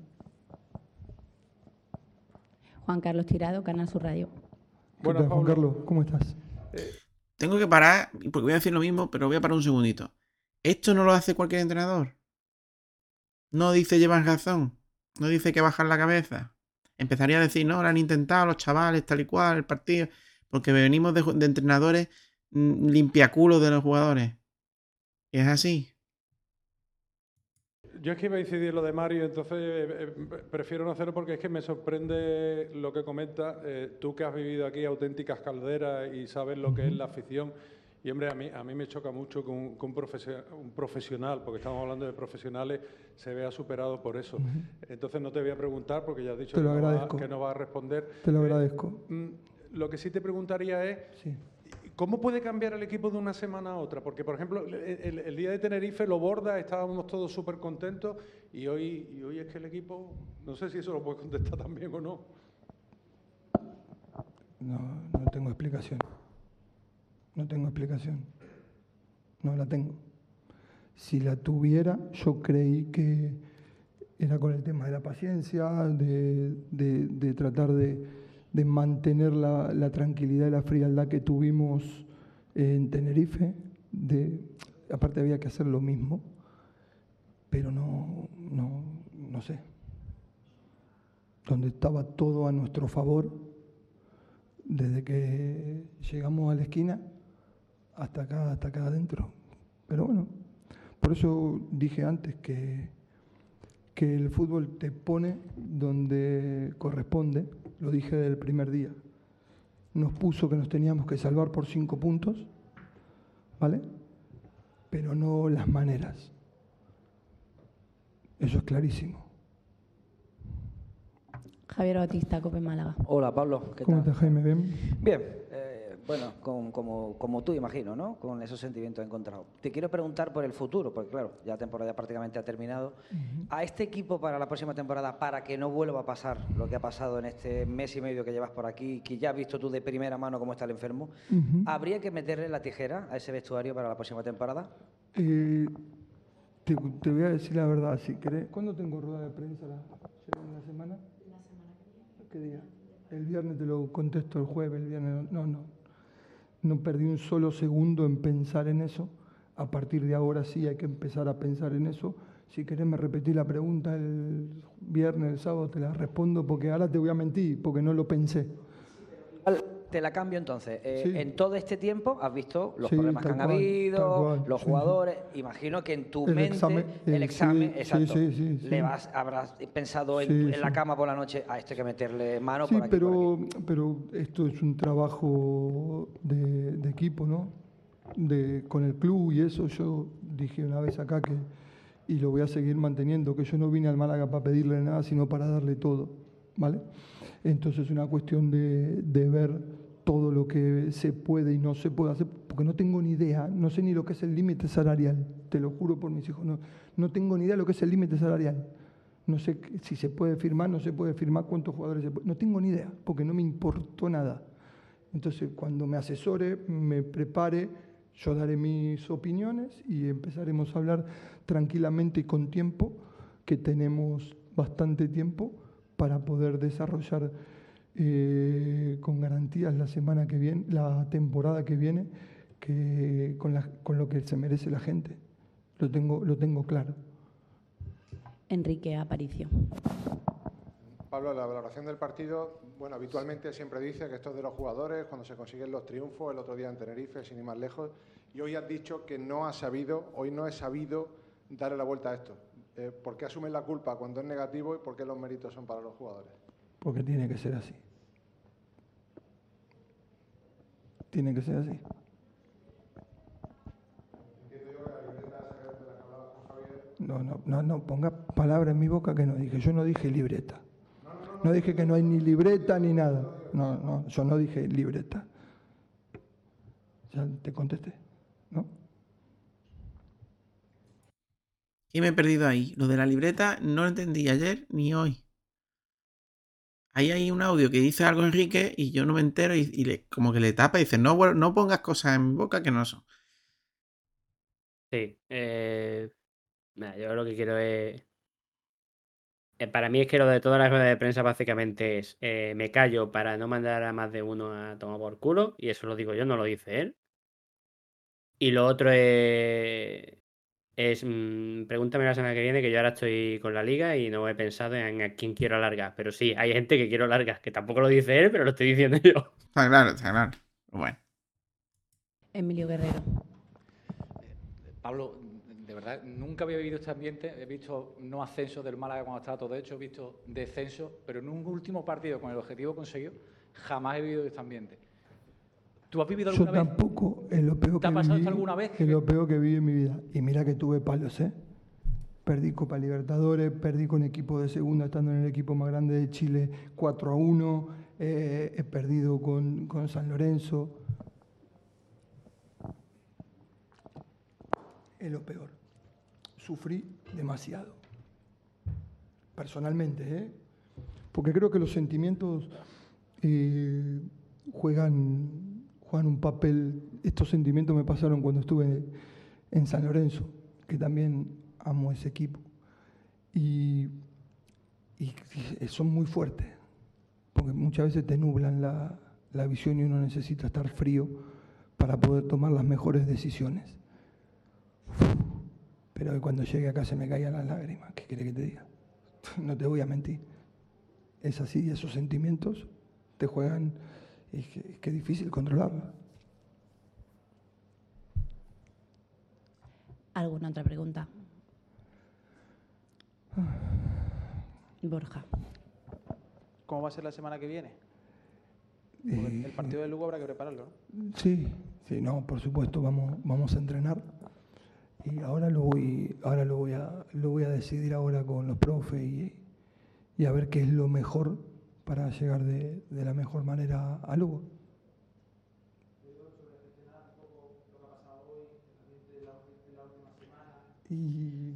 Juan Carlos Tirado, Canal Sur Radio. ¿Qué tal, Juan Carlos? ¿Cómo estás? Tengo que parar, porque voy a decir lo mismo, pero voy a parar un segundito. ¿Esto no lo hace cualquier entrenador? No dice llevan razón. No dice que bajar la cabeza. Empezaría a decir, no, lo han intentado los chavales, tal y cual, el partido. Porque venimos de, de entrenadores mmm, limpiaculos de los jugadores. Y es así. Yo es que iba a incidir lo de Mario, entonces eh, prefiero no hacerlo porque es que me sorprende lo que comenta. Eh, tú que has vivido aquí auténticas calderas y sabes lo que es la afición. Y hombre, a mí, a mí me choca mucho que un, que un, profesional, un profesional, porque estamos hablando de profesionales, se vea superado por eso. Uh-huh. Entonces no te voy a preguntar porque ya has dicho que no, va, que no va a responder. Te lo agradezco. Eh, lo que sí te preguntaría es, sí. ¿cómo puede cambiar el equipo de una semana a otra? Porque, por ejemplo, el, el, el día de Tenerife lo borda, estábamos todos súper contentos y hoy, y hoy es que el equipo, no sé si eso lo puedes contestar también o no. No, no tengo explicación. No tengo explicación. No la tengo. Si la tuviera, yo creí que era con el tema de la paciencia, de, de, de tratar de, de mantener la, la tranquilidad y la frialdad que tuvimos en Tenerife. De, aparte había que hacer lo mismo, pero no, no, no sé. Donde estaba todo a nuestro favor, desde que llegamos a la esquina hasta acá, hasta acá adentro. Pero bueno, por eso dije antes que, que el fútbol te pone donde corresponde, lo dije desde el primer día. Nos puso que nos teníamos que salvar por cinco puntos, ¿vale? Pero no las maneras. Eso es clarísimo. Javier Bautista, Cope Málaga. Hola, Pablo. ¿Qué ¿Cómo tal? estás, Jaime? ¿Bien? Bien. Eh, bueno, con, como, como tú, imagino, ¿no? Con esos sentimientos encontrados. Te quiero preguntar por el futuro, porque claro, ya la temporada prácticamente ha terminado. Uh-huh. A este equipo para la próxima temporada, para que no vuelva a pasar lo que ha pasado en este mes y medio que llevas por aquí, que ya has visto tú de primera mano cómo está el enfermo, uh-huh. ¿habría que meterle la tijera a ese vestuario para la próxima temporada? Eh, te, te voy a decir la verdad, si querés. ¿Cuándo tengo rueda de prensa? ¿La, ¿En la semana? ¿Qué día? El viernes te lo contesto, el jueves, el viernes. No, no. No perdí un solo segundo en pensar en eso. A partir de ahora sí hay que empezar a pensar en eso. Si querés me repetí la pregunta el viernes, el sábado, te la respondo porque ahora te voy a mentir, porque no lo pensé. Te la cambio entonces. Eh, Sí. En todo este tiempo has visto los Sí, problemas que tal han cual, habido, tal cual, los sí, jugadores. Imagino que en tu El mente examen, eh, el examen, sí, exacto. sí, sí, sí, le sí. vas, habrás pensado en, Sí, en sí. la cama por la noche, a esto hay que meterle mano Sí, por aquí. por pero, aquí. pero esto es un trabajo de, de equipo, ¿no? De, con el club y eso. Yo dije una vez acá que, y lo voy a seguir manteniendo, que yo no vine al Málaga para pedirle nada, sino para darle todo, ¿vale? Entonces es una cuestión de, de ver todo lo que se puede y no se puede hacer, porque no tengo ni idea, no sé ni lo que es el límite salarial, te lo juro por mis hijos, no, no tengo ni idea de lo que es el límite salarial. No sé si se puede firmar, no se puede firmar, cuántos jugadores se puede, no tengo ni idea, porque no me importó nada. Entonces, cuando me asesore, me prepare, yo daré mis opiniones y empezaremos a hablar tranquilamente y con tiempo, que tenemos bastante tiempo para poder desarrollar eh, con garantías la semana que viene, la temporada que viene, que con, la, con lo que se merece la gente. Lo tengo, lo tengo claro. Enrique Aparicio. Pablo, la valoración del partido, bueno, habitualmente siempre dice que esto es de los jugadores, cuando se consiguen los triunfos, el otro día en Tenerife, sin ir más lejos, y hoy has dicho que no has sabido, hoy no he sabido darle la vuelta a esto. Eh, ¿Por qué asumen la culpa cuando es negativo y por qué los méritos son para los jugadores? Porque tiene que ser así. Tiene que ser así. no, no, no, no ponga palabras en mi boca que no dije. Yo no dije libreta. No dije que no hay ni libreta ni nada. No, no, yo no dije libreta. Ya te contesté, ¿no? ¿Qué me he perdido ahí? Lo de la libreta no lo entendí ayer ni hoy. Ahí hay un audio que dice algo Enrique y yo no me entero y, y le, como que le tapa y dice, no, bueno, no pongas cosas en mi boca que no son. Sí. Eh, nada, yo lo que quiero es... eh, para mí es que lo de todas las ruedas de prensa básicamente es eh, me callo para no mandar a más de uno a tomar por culo, y eso lo digo yo, no lo dice él. Y lo otro es... es mm, pregúntame la semana que viene, que yo ahora estoy con la liga y no he pensado en a quién quiero alargar. Pero sí, hay gente que quiero alargar, que tampoco lo dice él, pero lo estoy diciendo yo. Está claro, está claro. Bueno. Emilio Guerrero. Pablo, de verdad, nunca había vivido este ambiente. He visto no ascenso del Málaga cuando estaba todo hecho, he visto descenso, pero en un último partido con el objetivo conseguido, jamás he vivido este ambiente. ¿Tú has vivido alguna Yo vez? tampoco, es lo peor ¿Te ha que pasado viví, esto alguna vez? es lo peor que viví en mi vida. Y mira que tuve palos, ¿eh? Perdí Copa Libertadores, perdí con equipo de segunda, estando en el equipo más grande de Chile, cuatro a uno. Eh, he perdido con, con San Lorenzo. Es lo peor. Sufrí demasiado. Personalmente, ¿eh? Porque creo que los sentimientos eh, juegan, juegan un papel. Estos sentimientos me pasaron cuando estuve en San Lorenzo, que también amo ese equipo. Y, y son muy fuertes, porque muchas veces te nublan la, la visión y uno necesita estar frío para poder tomar las mejores decisiones. Pero cuando llegué acá se me caían las lágrimas. ¿Qué querés que te diga? No te voy a mentir. Es así, esos sentimientos te juegan, es que es, que es difícil controlarlos. ¿Alguna otra pregunta? Borja. ¿Cómo va a ser la semana que viene? Porque el partido de Lugo habrá que prepararlo, ¿no? Sí, sí, no, por supuesto, vamos, vamos a entrenar. Y ahora lo voy, ahora lo voy a, lo voy a decidir ahora con los profes y, y a ver qué es lo mejor para llegar de, de la mejor manera a Lugo. Y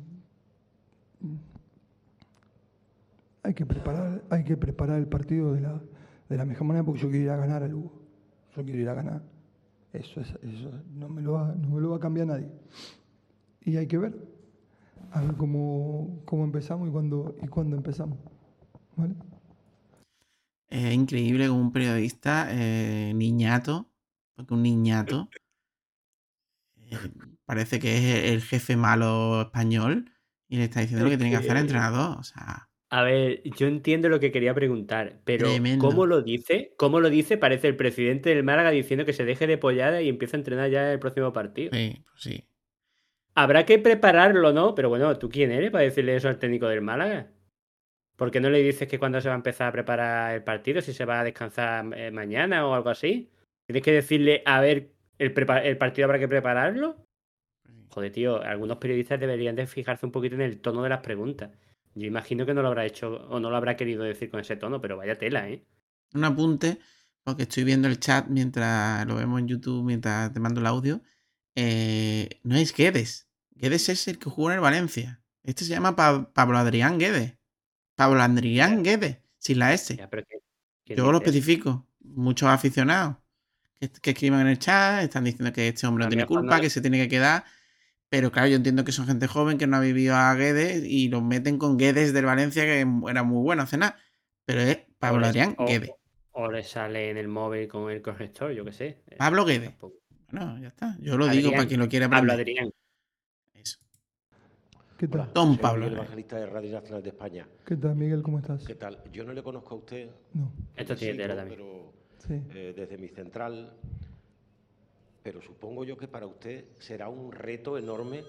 hay que preparar, hay que preparar el partido de la, de la mejor manera porque yo quiero ir a ganar a Lugo. Yo quiero ir a ganar. Eso es, eso no me lo va, no me lo va a cambiar nadie. Y hay que ver, a ver cómo, cómo empezamos y cuándo, y cuándo empezamos. ¿Vale? Es increíble como un periodista eh, niñato, porque un niñato eh, parece que es el jefe malo español y le está diciendo lo que tiene que hacer al entrenador. O sea, A ver, yo entiendo lo que quería preguntar, pero Tremendo. ¿cómo lo dice? ¿Cómo lo dice? Parece el presidente del Málaga diciendo que se deje de pollada y empieza a entrenar ya el próximo partido. sí, pues sí. Habrá que prepararlo, ¿no? Pero bueno, ¿tú quién eres para decirle eso al técnico del Málaga? ¿Por qué no le dices que cuando se va a empezar a preparar el partido, si se va a descansar eh, mañana o algo así? ¿Tienes que decirle, a ver, el, prepa- el partido habrá que prepararlo? Joder, tío, algunos periodistas deberían de fijarse un poquito en el tono de las preguntas. Yo imagino que no lo habrá hecho o no lo habrá querido decir con ese tono, pero vaya tela, ¿eh? Un apunte, porque estoy viendo el chat mientras lo vemos en YouTube, mientras te mando el audio. Eh, no es Guedes. Guedes es el que jugó en el Valencia. Este se llama Pa- Pablo Adrián Guedes. Pablo Adrián Guedes, sin la S. Ya, pero ¿qué- quién Yo lo dice eso? especifico. Muchos aficionados que, que escriban en el chat están diciendo que este hombre no A lo tiene mejor culpa, no- que se tiene que quedar. Pero claro, yo entiendo que son gente joven que no ha vivido a Guedes y los meten con Guedes del Valencia, que era muy bueno hace nada. Pero es Pablo o le- Adrián o- Guedes. O le sale en el móvil con el corrector, yo qué sé. Eh, Pablo Guedes. tampoco. Bueno, ya está. Yo lo digo Adrián, para quien lo quiera Pablo aprender. Adrián. Eso. ¿Qué tal? Don Soy Pablo. Miguel Evangelista de Radio Nacional de España. ¿Qué tal, Miguel? ¿Cómo estás? ¿Qué tal? Yo no le conozco a usted. No. Esto le tiene sigo, tela también. Pero Sí. eh, desde mi central. Pero supongo yo que para usted será un reto enorme.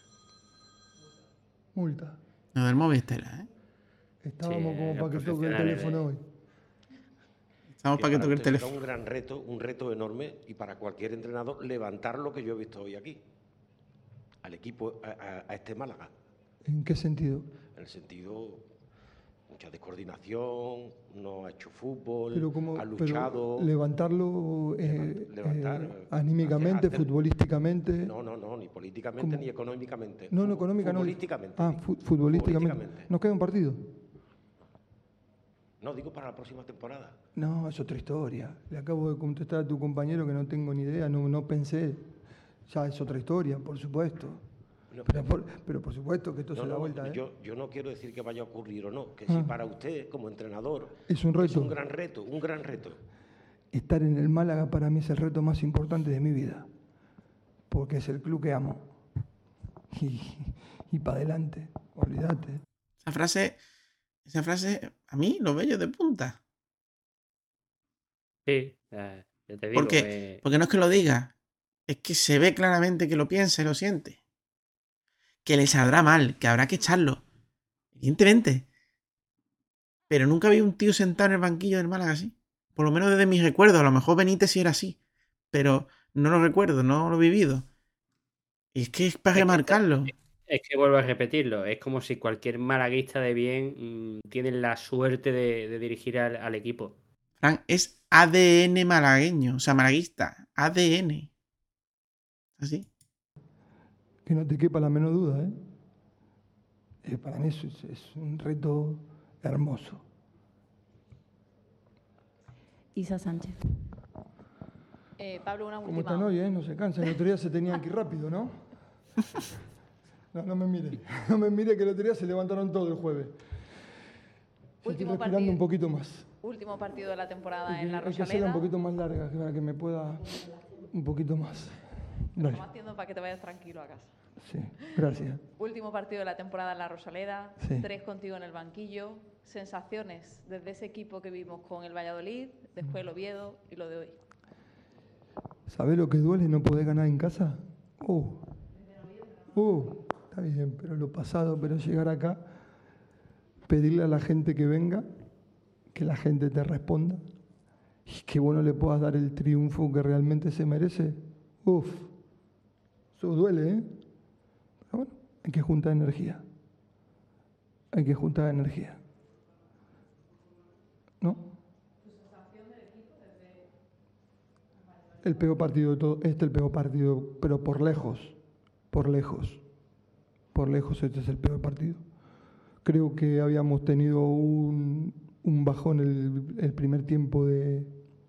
Multa. Lo del móvil es tela, ¿eh? Estábamos Sí, como los para que toque el profesionales teléfono de- hoy. Estamos que para que toque el usted teléfono. será un gran reto, un reto enorme y para cualquier entrenador levantar lo que yo he visto hoy aquí. Al equipo, a, a- a este Málaga. ¿En qué sentido? En el sentido, mucha descoordinación, no ha hecho fútbol, Pero como, ha luchado. pero levantarlo eh, levantar, eh, anímicamente, hacer- hacer- futbolísticamente. No, no, no, ni políticamente ¿Cómo? ni económicamente. No, no, Fu- económica no. futbolísticamente. Ah, fu- futbolísticamente. Futbolísticamente. ¿Nos queda un partido? No, digo para la próxima temporada. No, es otra historia. Le acabo de contestar a tu compañero que no tengo ni idea, no, no pensé. Ya es otra historia, por supuesto. No, pero, por, pero por supuesto que esto No, se da no, vuelta, ¿eh? yo, yo no quiero decir que vaya a ocurrir o no, que Ah. si para usted como entrenador Es un reto. es un gran reto, un gran reto. Estar en el Málaga para mí es el reto más importante de mi vida. Porque es el club que amo. Y, y para adelante, olvídate. Esa frase, esa frase, a mí lo bello de punta. Sí, eh, ya te digo. Porque, eh, porque no es que lo diga, es que se ve claramente que lo piensa y lo siente. Que le saldrá mal, que habrá que echarlo. Evidentemente. Pero nunca vi un tío sentado en el banquillo del Málaga así. Por lo menos desde mis recuerdos. A lo mejor Benítez sí era así. Pero no lo recuerdo, no lo he vivido. Y es que es para remarcarlo. Es que vuelvo a repetirlo, es como si cualquier malaguista de bien mmm, tiene la suerte de, de dirigir al, al equipo. Fran, es A D N malagueño, o sea, malaguista. A D N. Así. Que no te quepa la menor duda, ¿eh? Eh, para mí eso es, es un reto hermoso. Isa Sánchez. Eh, Pablo, una ¿Cómo última. están hoy, eh? No se cansan. El otro día se tenían que ir rápido, ¿no? No, no me mire. No me mire que el otro día se levantaron todo el jueves. Yo estoy Último respirando partido. un poquito más. Último partido de la temporada Hay en la que, hay que hacerla Rosaleda. un poquito más larga para que me pueda un poquito más. Dale. Estamos haciendo para que te vayas tranquilo a casa. Sí, gracias. Último partido de la temporada en la Rosaleda. Sí. Tres contigo en el banquillo. Sensaciones desde ese equipo que vimos con el Valladolid, después el Oviedo y lo de hoy. ¿Sabés lo que duele no poder ganar en casa? Uh, uh, está bien, pero lo pasado, pero llegar acá, pedirle a la gente que venga, que la gente te responda y que vos no le puedas dar el triunfo que realmente se merece. Uf, eso duele, ¿eh? Pero bueno, hay que juntar energía. Hay que juntar energía. ¿No? El peor partido de todo, este es el peor partido, pero por lejos, por lejos, por lejos este es el peor partido. Creo que habíamos tenido un, un bajón el, el primer tiempo de,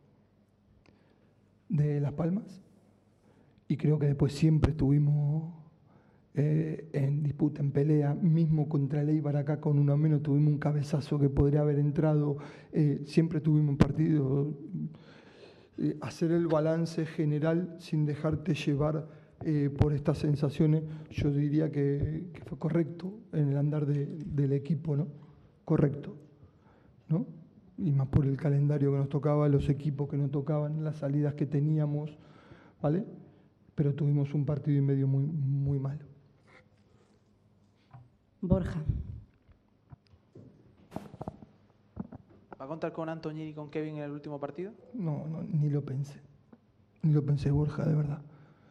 de Las Palmas y creo que después siempre estuvimos eh, en disputa, en pelea, mismo contra el Eibar acá con uno menos tuvimos un cabezazo que podría haber entrado, eh, siempre tuvimos un partido... Eh, hacer el balance general sin dejarte llevar eh, por estas sensaciones, yo diría que, que fue correcto en el andar de, del equipo, ¿no? Correcto, ¿no? Y más por el calendario que nos tocaba, los equipos que nos tocaban, las salidas que teníamos, ¿vale? Pero tuvimos un partido y medio muy, muy malo. Borja. ¿Va a contar con Antoñín y con Kevin en el último partido? No, no, ni lo pensé. Ni lo pensé, Borja, de verdad.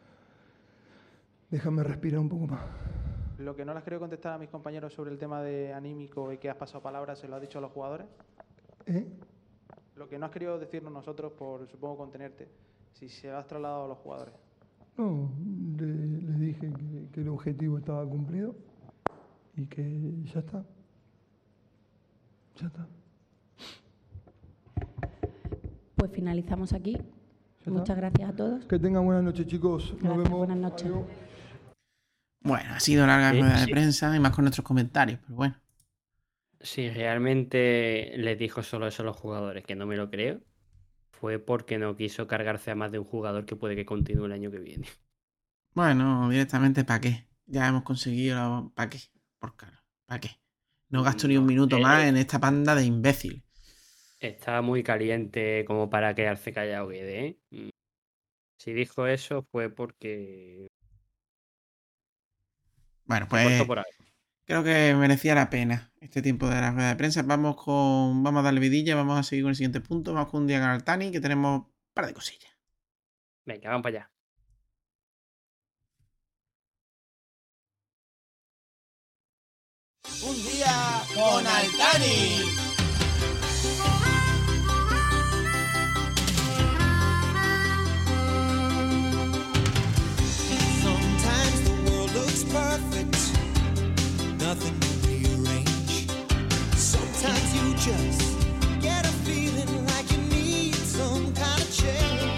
Déjame respirar un poco más. Lo que no les quiero contestar a mis compañeros sobre el tema de anímico y que has pasado palabras, ¿se lo has dicho a los jugadores? ¿Eh? Lo que no has querido decirnos nosotros, por supongo contenerte, si se lo has trasladado a los jugadores. No, le, les dije que, que el objetivo estaba cumplido y que ya está. Ya está. Pues finalizamos aquí. está? Muchas gracias a todos. Que tengan buenas noches, chicos. Nos Gracias, vemos. buenas noches. Adiós. Bueno, ha sido larga Sí, rueda de sí. prensa y más con nuestros comentarios, pero bueno. Si realmente les dijo solo eso a los jugadores, que no me lo creo, fue porque no quiso cargarse a más de un jugador que puede que continúe el año que viene. Bueno, directamente, ¿para qué? Ya hemos conseguido, ¿para qué? Por caro, ¿para qué? No gasto ni un minuto eh, más en esta panda de imbécil. Está muy caliente como para quedarse callado, Guede, ¿eh? Mm. Si dijo eso fue porque Bueno, se pues cortó por algo. creo que merecía la pena este tiempo de la rueda de prensa. Vamos con, vamos a darle vidilla, vamos a seguir con el siguiente punto. Vamos con un día al Tani, que tenemos un par de cosillas. Venga, vamos para allá. Un día con Altani. Sometimes the world looks perfect, nothing to rearrange. Sometimes you just get a feeling like you need some kind of change.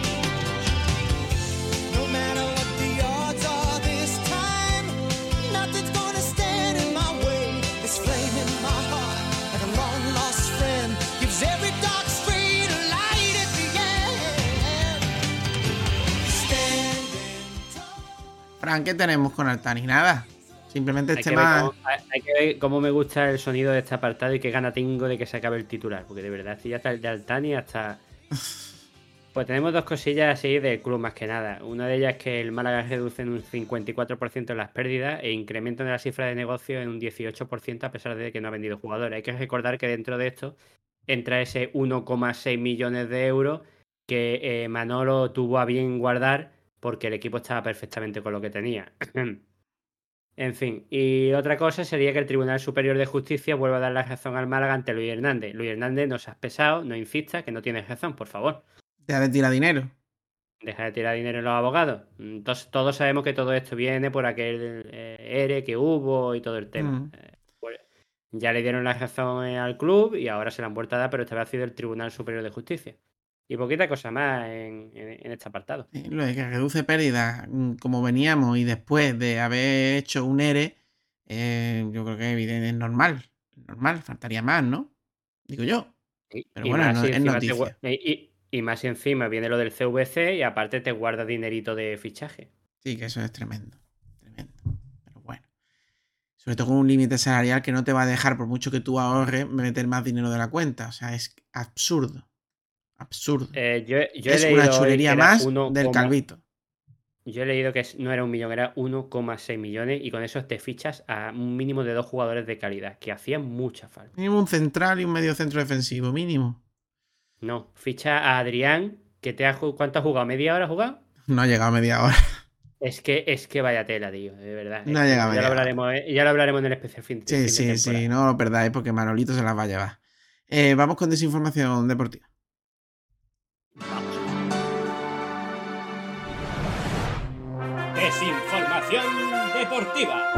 No matter what the odds are this time, nothing's gonna stand in my way. This flame in my heart, like a long lost friend, gives every dark street a light at the end. Standing. Fran, ¿qué tenemos con Altani? Nada. Simplemente Hay este que, ver más. cómo, hay, hay que ver cómo me gusta el sonido de este apartado y qué gana tengo de que se acabe el titular. Porque de verdad, si ya está el de Altani hasta. Pues tenemos dos cosillas así del club más que nada. Una de ellas es que el Málaga reduce en un cincuenta y cuatro por ciento las pérdidas e incrementan la cifra de negocio en un dieciocho por ciento a pesar de que no ha vendido jugadores. Hay que recordar que dentro de esto entra ese uno coma seis millones de euros que eh, Manolo tuvo a bien guardar porque el equipo estaba perfectamente con lo que tenía. En fin, y otra cosa sería que el Tribunal Superior de Justicia vuelva a dar la razón al Málaga ante Luis Hernández. Luis Hernández, no seas pesado, no insistas, que no tienes razón, por favor. Deja de tirar dinero. Deja de tirar dinero en los abogados. Entonces, todos sabemos que todo esto viene por aquel eh, E R E que hubo y todo el tema. Mm. Eh, pues, ya le dieron la razón eh, al club y ahora se la han vuelto a dar, pero esta vez ha sido el Tribunal Superior de Justicia. Y poquita cosa más en, en, en este apartado. Sí, lo de que reduce pérdidas mm, como veníamos y después de haber hecho un E R E, eh, yo creo que evidente, es normal. Normal, faltaría más, ¿no? Digo yo. Y, Pero y bueno, más no, si es encima te noticia. gua- y, y- y más si encima viene lo del C V C y aparte te guarda dinerito de fichaje. Sí, que eso es tremendo. Tremendo. Pero bueno. Sobre todo con un límite salarial que no te va a dejar, por mucho que tú ahorres, meter más dinero de la cuenta. O sea, es absurdo. Absurdo. Eh, yo, yo he Es leído una hoy que chulería era más uno del coma- Calvito. Yo he leído que es- no era un millón, era uno coma seis millones y con eso te fichas a un mínimo de dos jugadores de calidad, que hacían mucha falta. Mínimo un central y un medio centro defensivo, mínimo. No, ficha a Adrián, que te ha ju- ¿cuánto ha jugado? ¿Media hora ha jugado? No ha llegado a media hora. Es que, es que vaya tela, tío, de verdad. No Es ha que llegado a ya, lo media hora. hablaremos, eh, ya lo hablaremos en el especial fin, fin Sí, de sí, temporada. sí, no lo perdáis porque Manolito se las va a llevar. Eh, vamos con desinformación deportiva. Desinformación deportiva.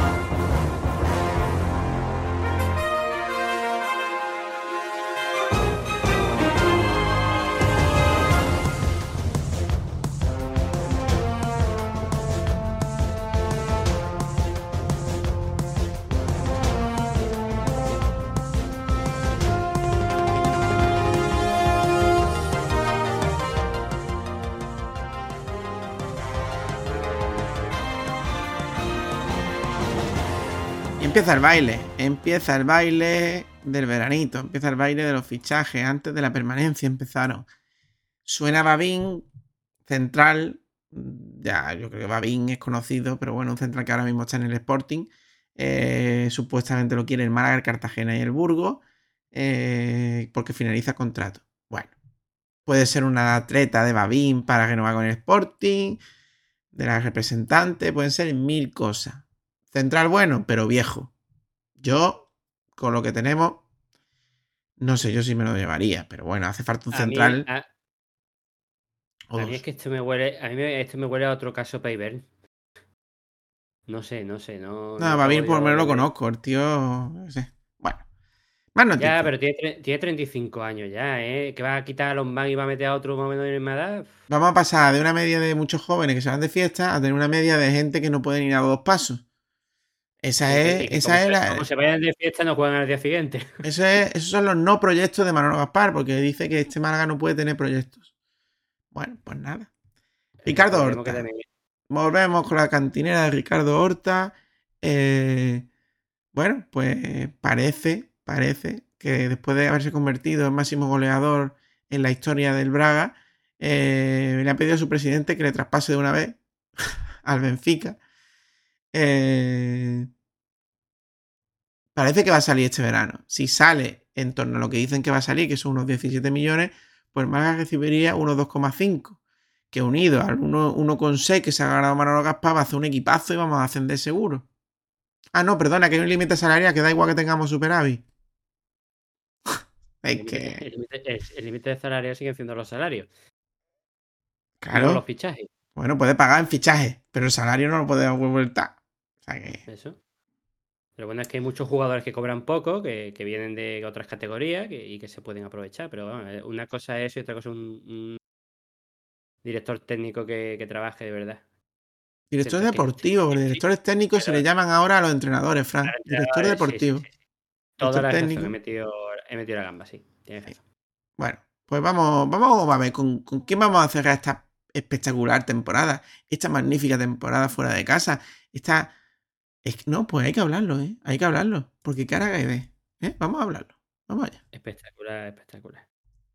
Y empieza el baile. Empieza el baile del veranito. Empieza el baile de los fichajes. Antes de la permanencia empezaron. Suena Babín, central. Ya, yo creo que Babín es conocido, pero bueno, un central que ahora mismo está en el Sporting. Eh, supuestamente lo quiere el Málaga, el Cartagena y el Burgos. Eh, porque finaliza contrato. Bueno, puede ser una atleta de Babín para renovar con el Sporting. De la representante, pueden ser mil cosas. Central bueno, pero viejo. Yo, con lo que tenemos, no sé yo si me lo llevaría, pero bueno, hace falta un A mí, central. a, o a mí dos. es que esto me huele, a mí me- esto me huele a otro caso Payburn. No sé, no sé, no. No, no Babín acabo por lo menos yo lo de ver. conozco, el tío. No sé. Bueno, más noticias. Ya, pero tiene, tre- tiene treinta y cinco años ya, ¿eh? Que va a quitar a los man y va a meter a otro más o menos de la misma edad. Vamos a pasar de una media de muchos jóvenes que se van de fiesta a tener una media de gente que no pueden ir a dos pasos. Esa Y que- es, y que esa como es se- la. como se vayan de fiesta no juegan al día siguiente. Eso es, esos son los no proyectos de Manolo Gaspar, porque dice que este Málaga no puede tener proyectos. Bueno, pues nada. Ricardo Esperemos Horta. que también- Volvemos con la cantinera de Ricardo Horta. Eh, bueno, pues parece, parece que después de haberse convertido en máximo goleador en la historia del Braga, eh, le ha pedido a su presidente que le traspase de una vez al Benfica. Eh, parece que va a salir este verano. Si sale en torno a lo que dicen que va a salir, que son unos diecisiete millones, pues Málaga recibiría unos dos coma cinco. Que unido al uno coma seis que se ha ganado Manolo Gaspar va a hacer un equipazo y vamos a ascender seguro. Ah, no, perdona, que hay un límite salarial que da igual que tengamos superávit. Es El que... límite- el límite el- el límite de salario siguen siendo los salarios. Claro. No los fichajes. Bueno, puede pagar en fichajes, pero el salario no lo puede vuelta. O sea que... Eso. Pero bueno, es que hay muchos jugadores que cobran poco, que, que vienen de otras categorías que- y que se pueden aprovechar. Pero bueno, eh, una cosa es eso y otra cosa es un, un director técnico que, que trabaje de verdad. Director Que- que- deportivo, porque directores técnicos se le llaman ahora a los entrenadores, Fran. Director entrenadores, sí, deportivo. sí, sí, sí. Toda Director la razón, técnico. he metido, he metido la gamba, sí. Tienes razón. Bueno, pues vamos, vamos a ver con, con quién vamos a cerrar esta espectacular temporada, esta magnífica temporada fuera de casa. Esta. Es que- no, pues hay que hablarlo, ¿eh? Hay que hablarlo. Porque cara que ¿eh? Vamos a hablarlo. Vamos allá. Espectacular, espectacular.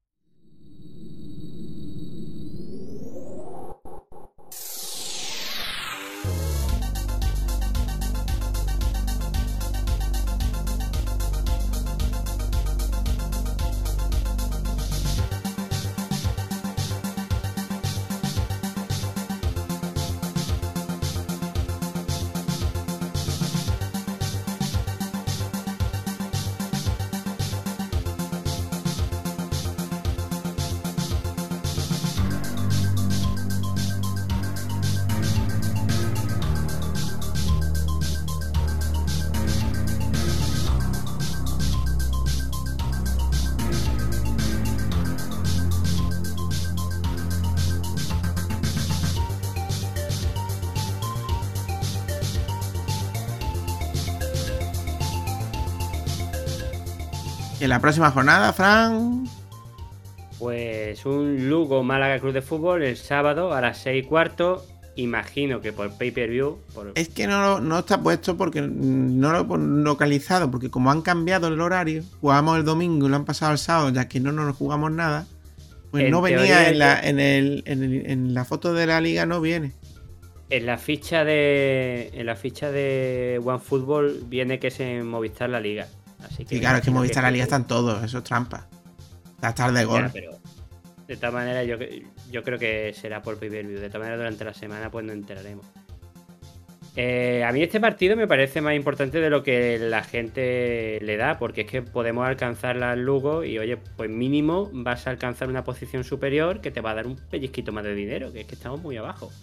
Y en la próxima jornada, Fran. Pues un Lugo Málaga Club de Fútbol el sábado a las seis y cuarto. Imagino que por pay-per-view. Por... Es que no, no está puesto porque no lo he localizado, porque como han cambiado el horario, jugamos el domingo y lo han pasado al sábado, ya que no nos jugamos nada, pues En no venía teoría, en la, en, el, en, el- en la foto de la liga, no viene. En la ficha de. En la ficha de OneFootball viene que es en Movistar la Liga. Así que Y claro, es que imagino Movistar la liga están todos, eso es trampa. La tarde de gol. Ya, pero de todas maneras, yo, yo creo que será por pay-per-view. De todas maneras, durante la semana, pues nos enteraremos. Eh, a mí este partido me parece más importante de lo que la gente le da, porque es que podemos alcanzar al Lugo y, oye, pues mínimo vas a alcanzar una posición superior que te va a dar un pellizquito más de dinero, que es que estamos muy abajo.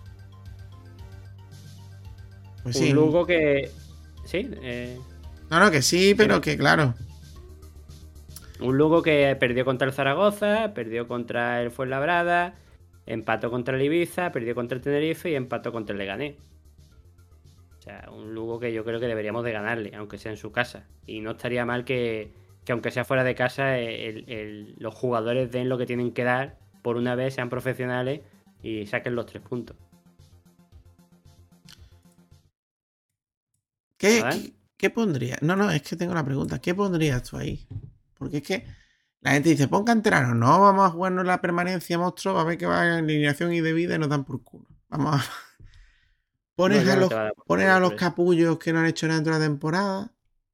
Pues un sí. Lugo que... Sí, eh, No, no, que sí, pero que claro. un Lugo que perdió contra el Zaragoza, perdió contra el Fuenlabrada, empató contra el Ibiza, perdió contra el Tenerife y empató contra el Leganés. O sea, un Lugo que yo creo que deberíamos de ganarle, aunque sea en su casa. Y no estaría mal que, que aunque sea fuera de casa, el- el- los jugadores den lo que tienen que dar por una vez, sean profesionales y saquen los tres puntos. ¿Qué, ¿Vale? qué, qué pondrías? No, no, es que tengo una pregunta. ¿Qué pondrías tú ahí? Porque es que la gente dice, pon canteranos. No, vamos a jugarnos la permanencia, monstruo. Va a ver que va en alineación y de vida y nos dan por culo. Vamos a... Pones, No, ya a no los, te va a dar por pones culo a los por eso. capullos que no han hecho nada dentro de la temporada.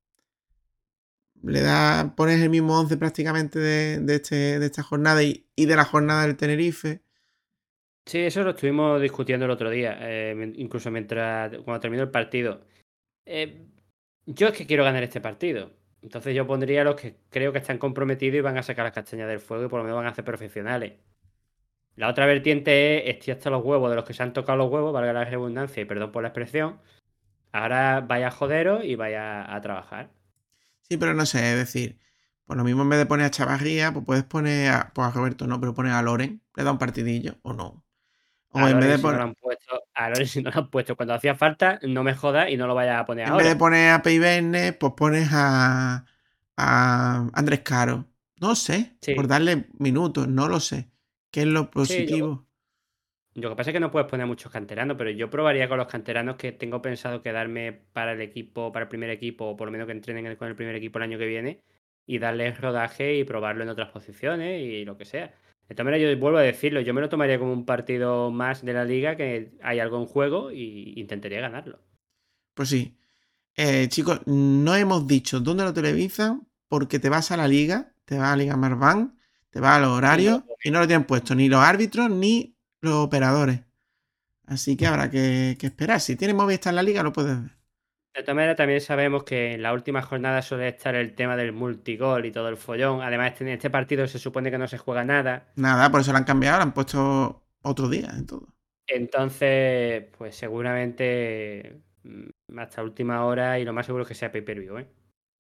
Le da, pones el mismo once prácticamente de, de, este, de esta jornada y, y de la jornada del Tenerife. Sí, eso lo estuvimos discutiendo el otro día, eh, men- incluso mientras cuando terminó el partido. Eh, yo es que quiero ganar este partido. Entonces yo pondría a los que creo que están comprometidos y van a sacar las castañas del fuego y por lo menos van a ser profesionales. La otra vertiente es, estoy hasta los huevos de los que se han tocado los huevos, valga la redundancia y perdón por la expresión. Ahora vaya a joderos y vaya a trabajar. Sí, pero no sé, es decir, pues lo mismo en vez de poner a Chavarría, pues puedes poner a, pues a Roberto no, pero pones a Loren, le da un partidillo o no. O A en vez Loren de si no poner, lo han puesto, a Loren si no lo han puesto cuando hacía falta, no me jodas y no lo vayas a poner en ahora. vez de poner a Peiverne, pues pones a, a Andrés Caro. No sé, Sí. por darle minutos, no lo sé. ¿Qué es lo Sí, yo- positivo? Lo que pasa es que no puedes poner muchos canteranos, pero yo probaría con los canteranos que tengo pensado quedarme para el equipo, para el primer equipo, o por lo menos que entrenen con el primer equipo el año que viene, y darles rodaje y probarlo en otras posiciones y lo que sea. De todas maneras, yo vuelvo a decirlo, yo me lo tomaría como un partido más de la liga, que hay algo en juego y intentaría ganarlo. Pues sí. Eh, chicos, no hemos dicho dónde lo televisan porque te vas a la liga, te vas a la Liga Marván, te vas a los horarios y no lo tienen puesto ni los árbitros ni los operadores. Así que habrá que, que esperar. Si tienes Movistar en la liga, lo puedes ver. De todas maneras, también sabemos que en la última jornada suele estar el tema del multigol y todo el follón. Además, en este partido se supone que no se juega nada. Nada, por eso lo han cambiado, lo han puesto otro día en todo. Entonces, pues seguramente mm, hasta última hora y lo más seguro es que sea pay-per-view, ¿eh?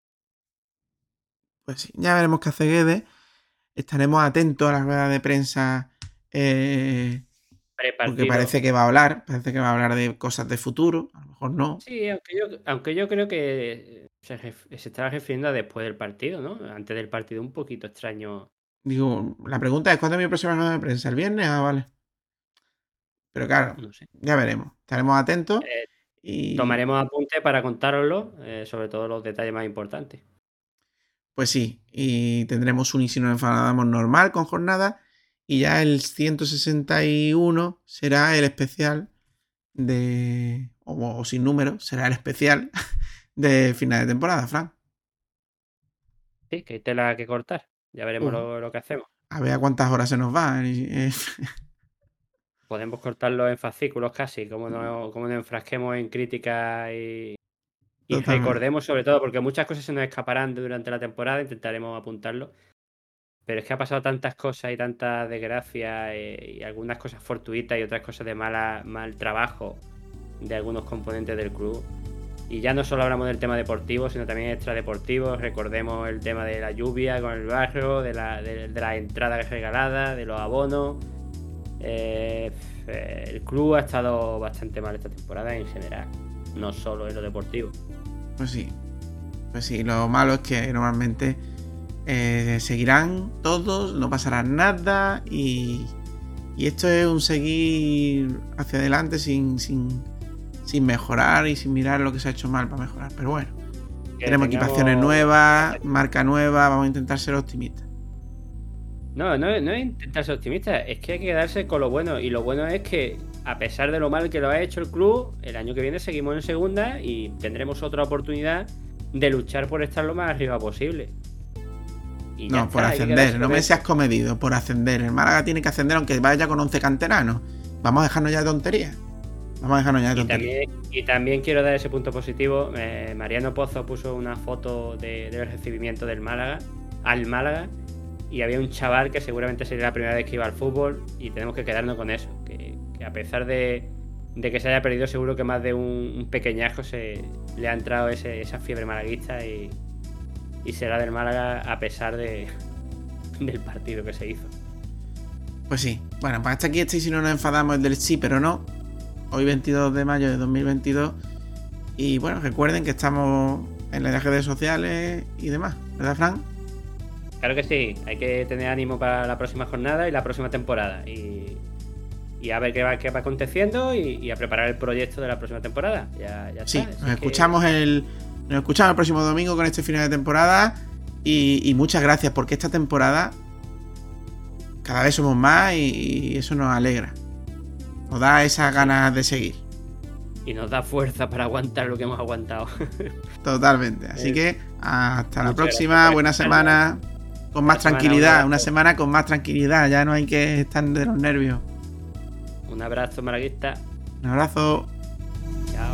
Pues sí, ya veremos qué hace Guedes. Estaremos atentos a la rueda de prensa eh, porque Prepartido. parece que va a hablar, parece que va a hablar de cosas de futuro, a lo mejor no. Sí, aunque yo, aunque yo creo que se, ref- se estará refiriendo a después del partido, ¿no? Antes del partido un poquito extraño. Digo, la pregunta es ¿cuándo es mi próxima rueda de prensa? ¿El viernes? Ah, vale. Pero claro, No sé. ya veremos. Estaremos atentos Eh, y Tomaremos apuntes para contároslo, eh, sobre todo los detalles más importantes. pues sí, y tendremos un y si nos enfadamos normal con jornada y ya el ciento sesenta y uno será el especial de, o, o sin número, será el especial de final de temporada, Fran. Sí, que hay tela que cortar. Ya veremos Uh. lo, lo que hacemos. A ver a cuántas horas se nos va. y- eh, Podemos cortarlo en fascículos casi, como no, como nos enfrasquemos en críticas y, y Totalmente. recordemos sobre todo, porque muchas cosas se nos escaparán durante la temporada, intentaremos apuntarlo. Pero es que ha pasado tantas cosas y tantas desgracias eh, y algunas cosas fortuitas y otras cosas de mala, mal trabajo de algunos componentes del club. Y ya no solo hablamos del tema deportivo, sino también extradeportivo. Recordemos el tema de la lluvia con el barrio, de la, de, de las entradas regaladas, de los abonos. Eh, el club ha estado bastante mal esta temporada en general, no solo en lo deportivo. Pues sí. Pues sí, lo malo es que normalmente eh, seguirán todos, no pasará nada y, y esto es un seguir hacia adelante sin, sin, sin mejorar y sin mirar lo que se ha hecho mal para mejorar. Pero bueno, Que tenemos tengamos- equipaciones nuevas, marca nueva, vamos a intentar ser optimistas. No, no, no es intentar ser optimista, es que hay que quedarse con lo bueno. Y lo bueno es que, a pesar de lo mal que lo ha hecho el club, el año que viene seguimos en segunda y tendremos otra oportunidad de luchar por estar lo más arriba posible. Y ya No, está, por hay que ascender, quedarse no con me eso. seas comedido, por ascender. El Málaga tiene que ascender aunque vaya con once canteranos. Vamos a dejarnos ya de tonterías. Vamos a dejarnos ya de Y tonterías. también, y también quiero dar ese punto positivo. eh, Mariano Pozo puso una foto de- del recibimiento del Málaga, al Málaga, y había un chaval que seguramente sería la primera vez que iba al fútbol y tenemos que quedarnos con eso. Que, que a pesar de, de que se haya perdido, seguro que más de un, un pequeñajo se le ha entrado ese- esa fiebre malaguista y, y será del Málaga a pesar de, del partido que se hizo. Pues sí. Bueno, pues hasta aquí este y si no nos enfadamos es del sí, pero no. Hoy veintidós de mayo de dos mil veintidós. Y bueno, recuerden que estamos en las redes sociales y demás. ¿Verdad, Fran? Claro que sí, hay que tener ánimo para la próxima jornada y la próxima temporada. Y, y a ver qué va, qué va aconteciendo y, y a preparar el proyecto de la próxima temporada. Ya, ya Sí, está. Así nos que- escuchamos el. Nos escuchamos el próximo domingo con este final de temporada. Y, y muchas gracias porque esta temporada cada vez somos más y, y eso nos alegra. Nos da esas ganas de seguir. Y nos da fuerza para aguantar lo que hemos aguantado. Totalmente. Así Eh, que hasta la muchas próxima. gracias por Buena semana. Con más Buena semana, un tranquilidad. abrazo. Una semana con más tranquilidad. Ya no hay que estar de los nervios. Un abrazo, malaguista. Un abrazo. Chao.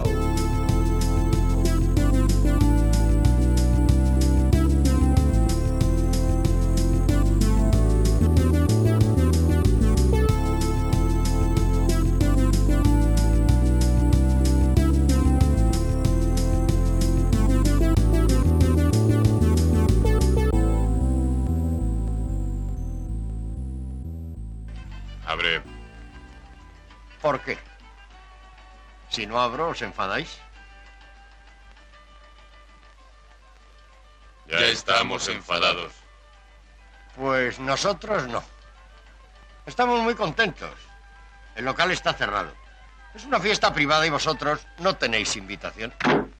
Abre. ¿Por qué? Si no abro, ¿os enfadáis? Ya estamos enfadados. Pues nosotros no. Estamos muy contentos. El local está cerrado. Es una fiesta privada y vosotros no tenéis invitación.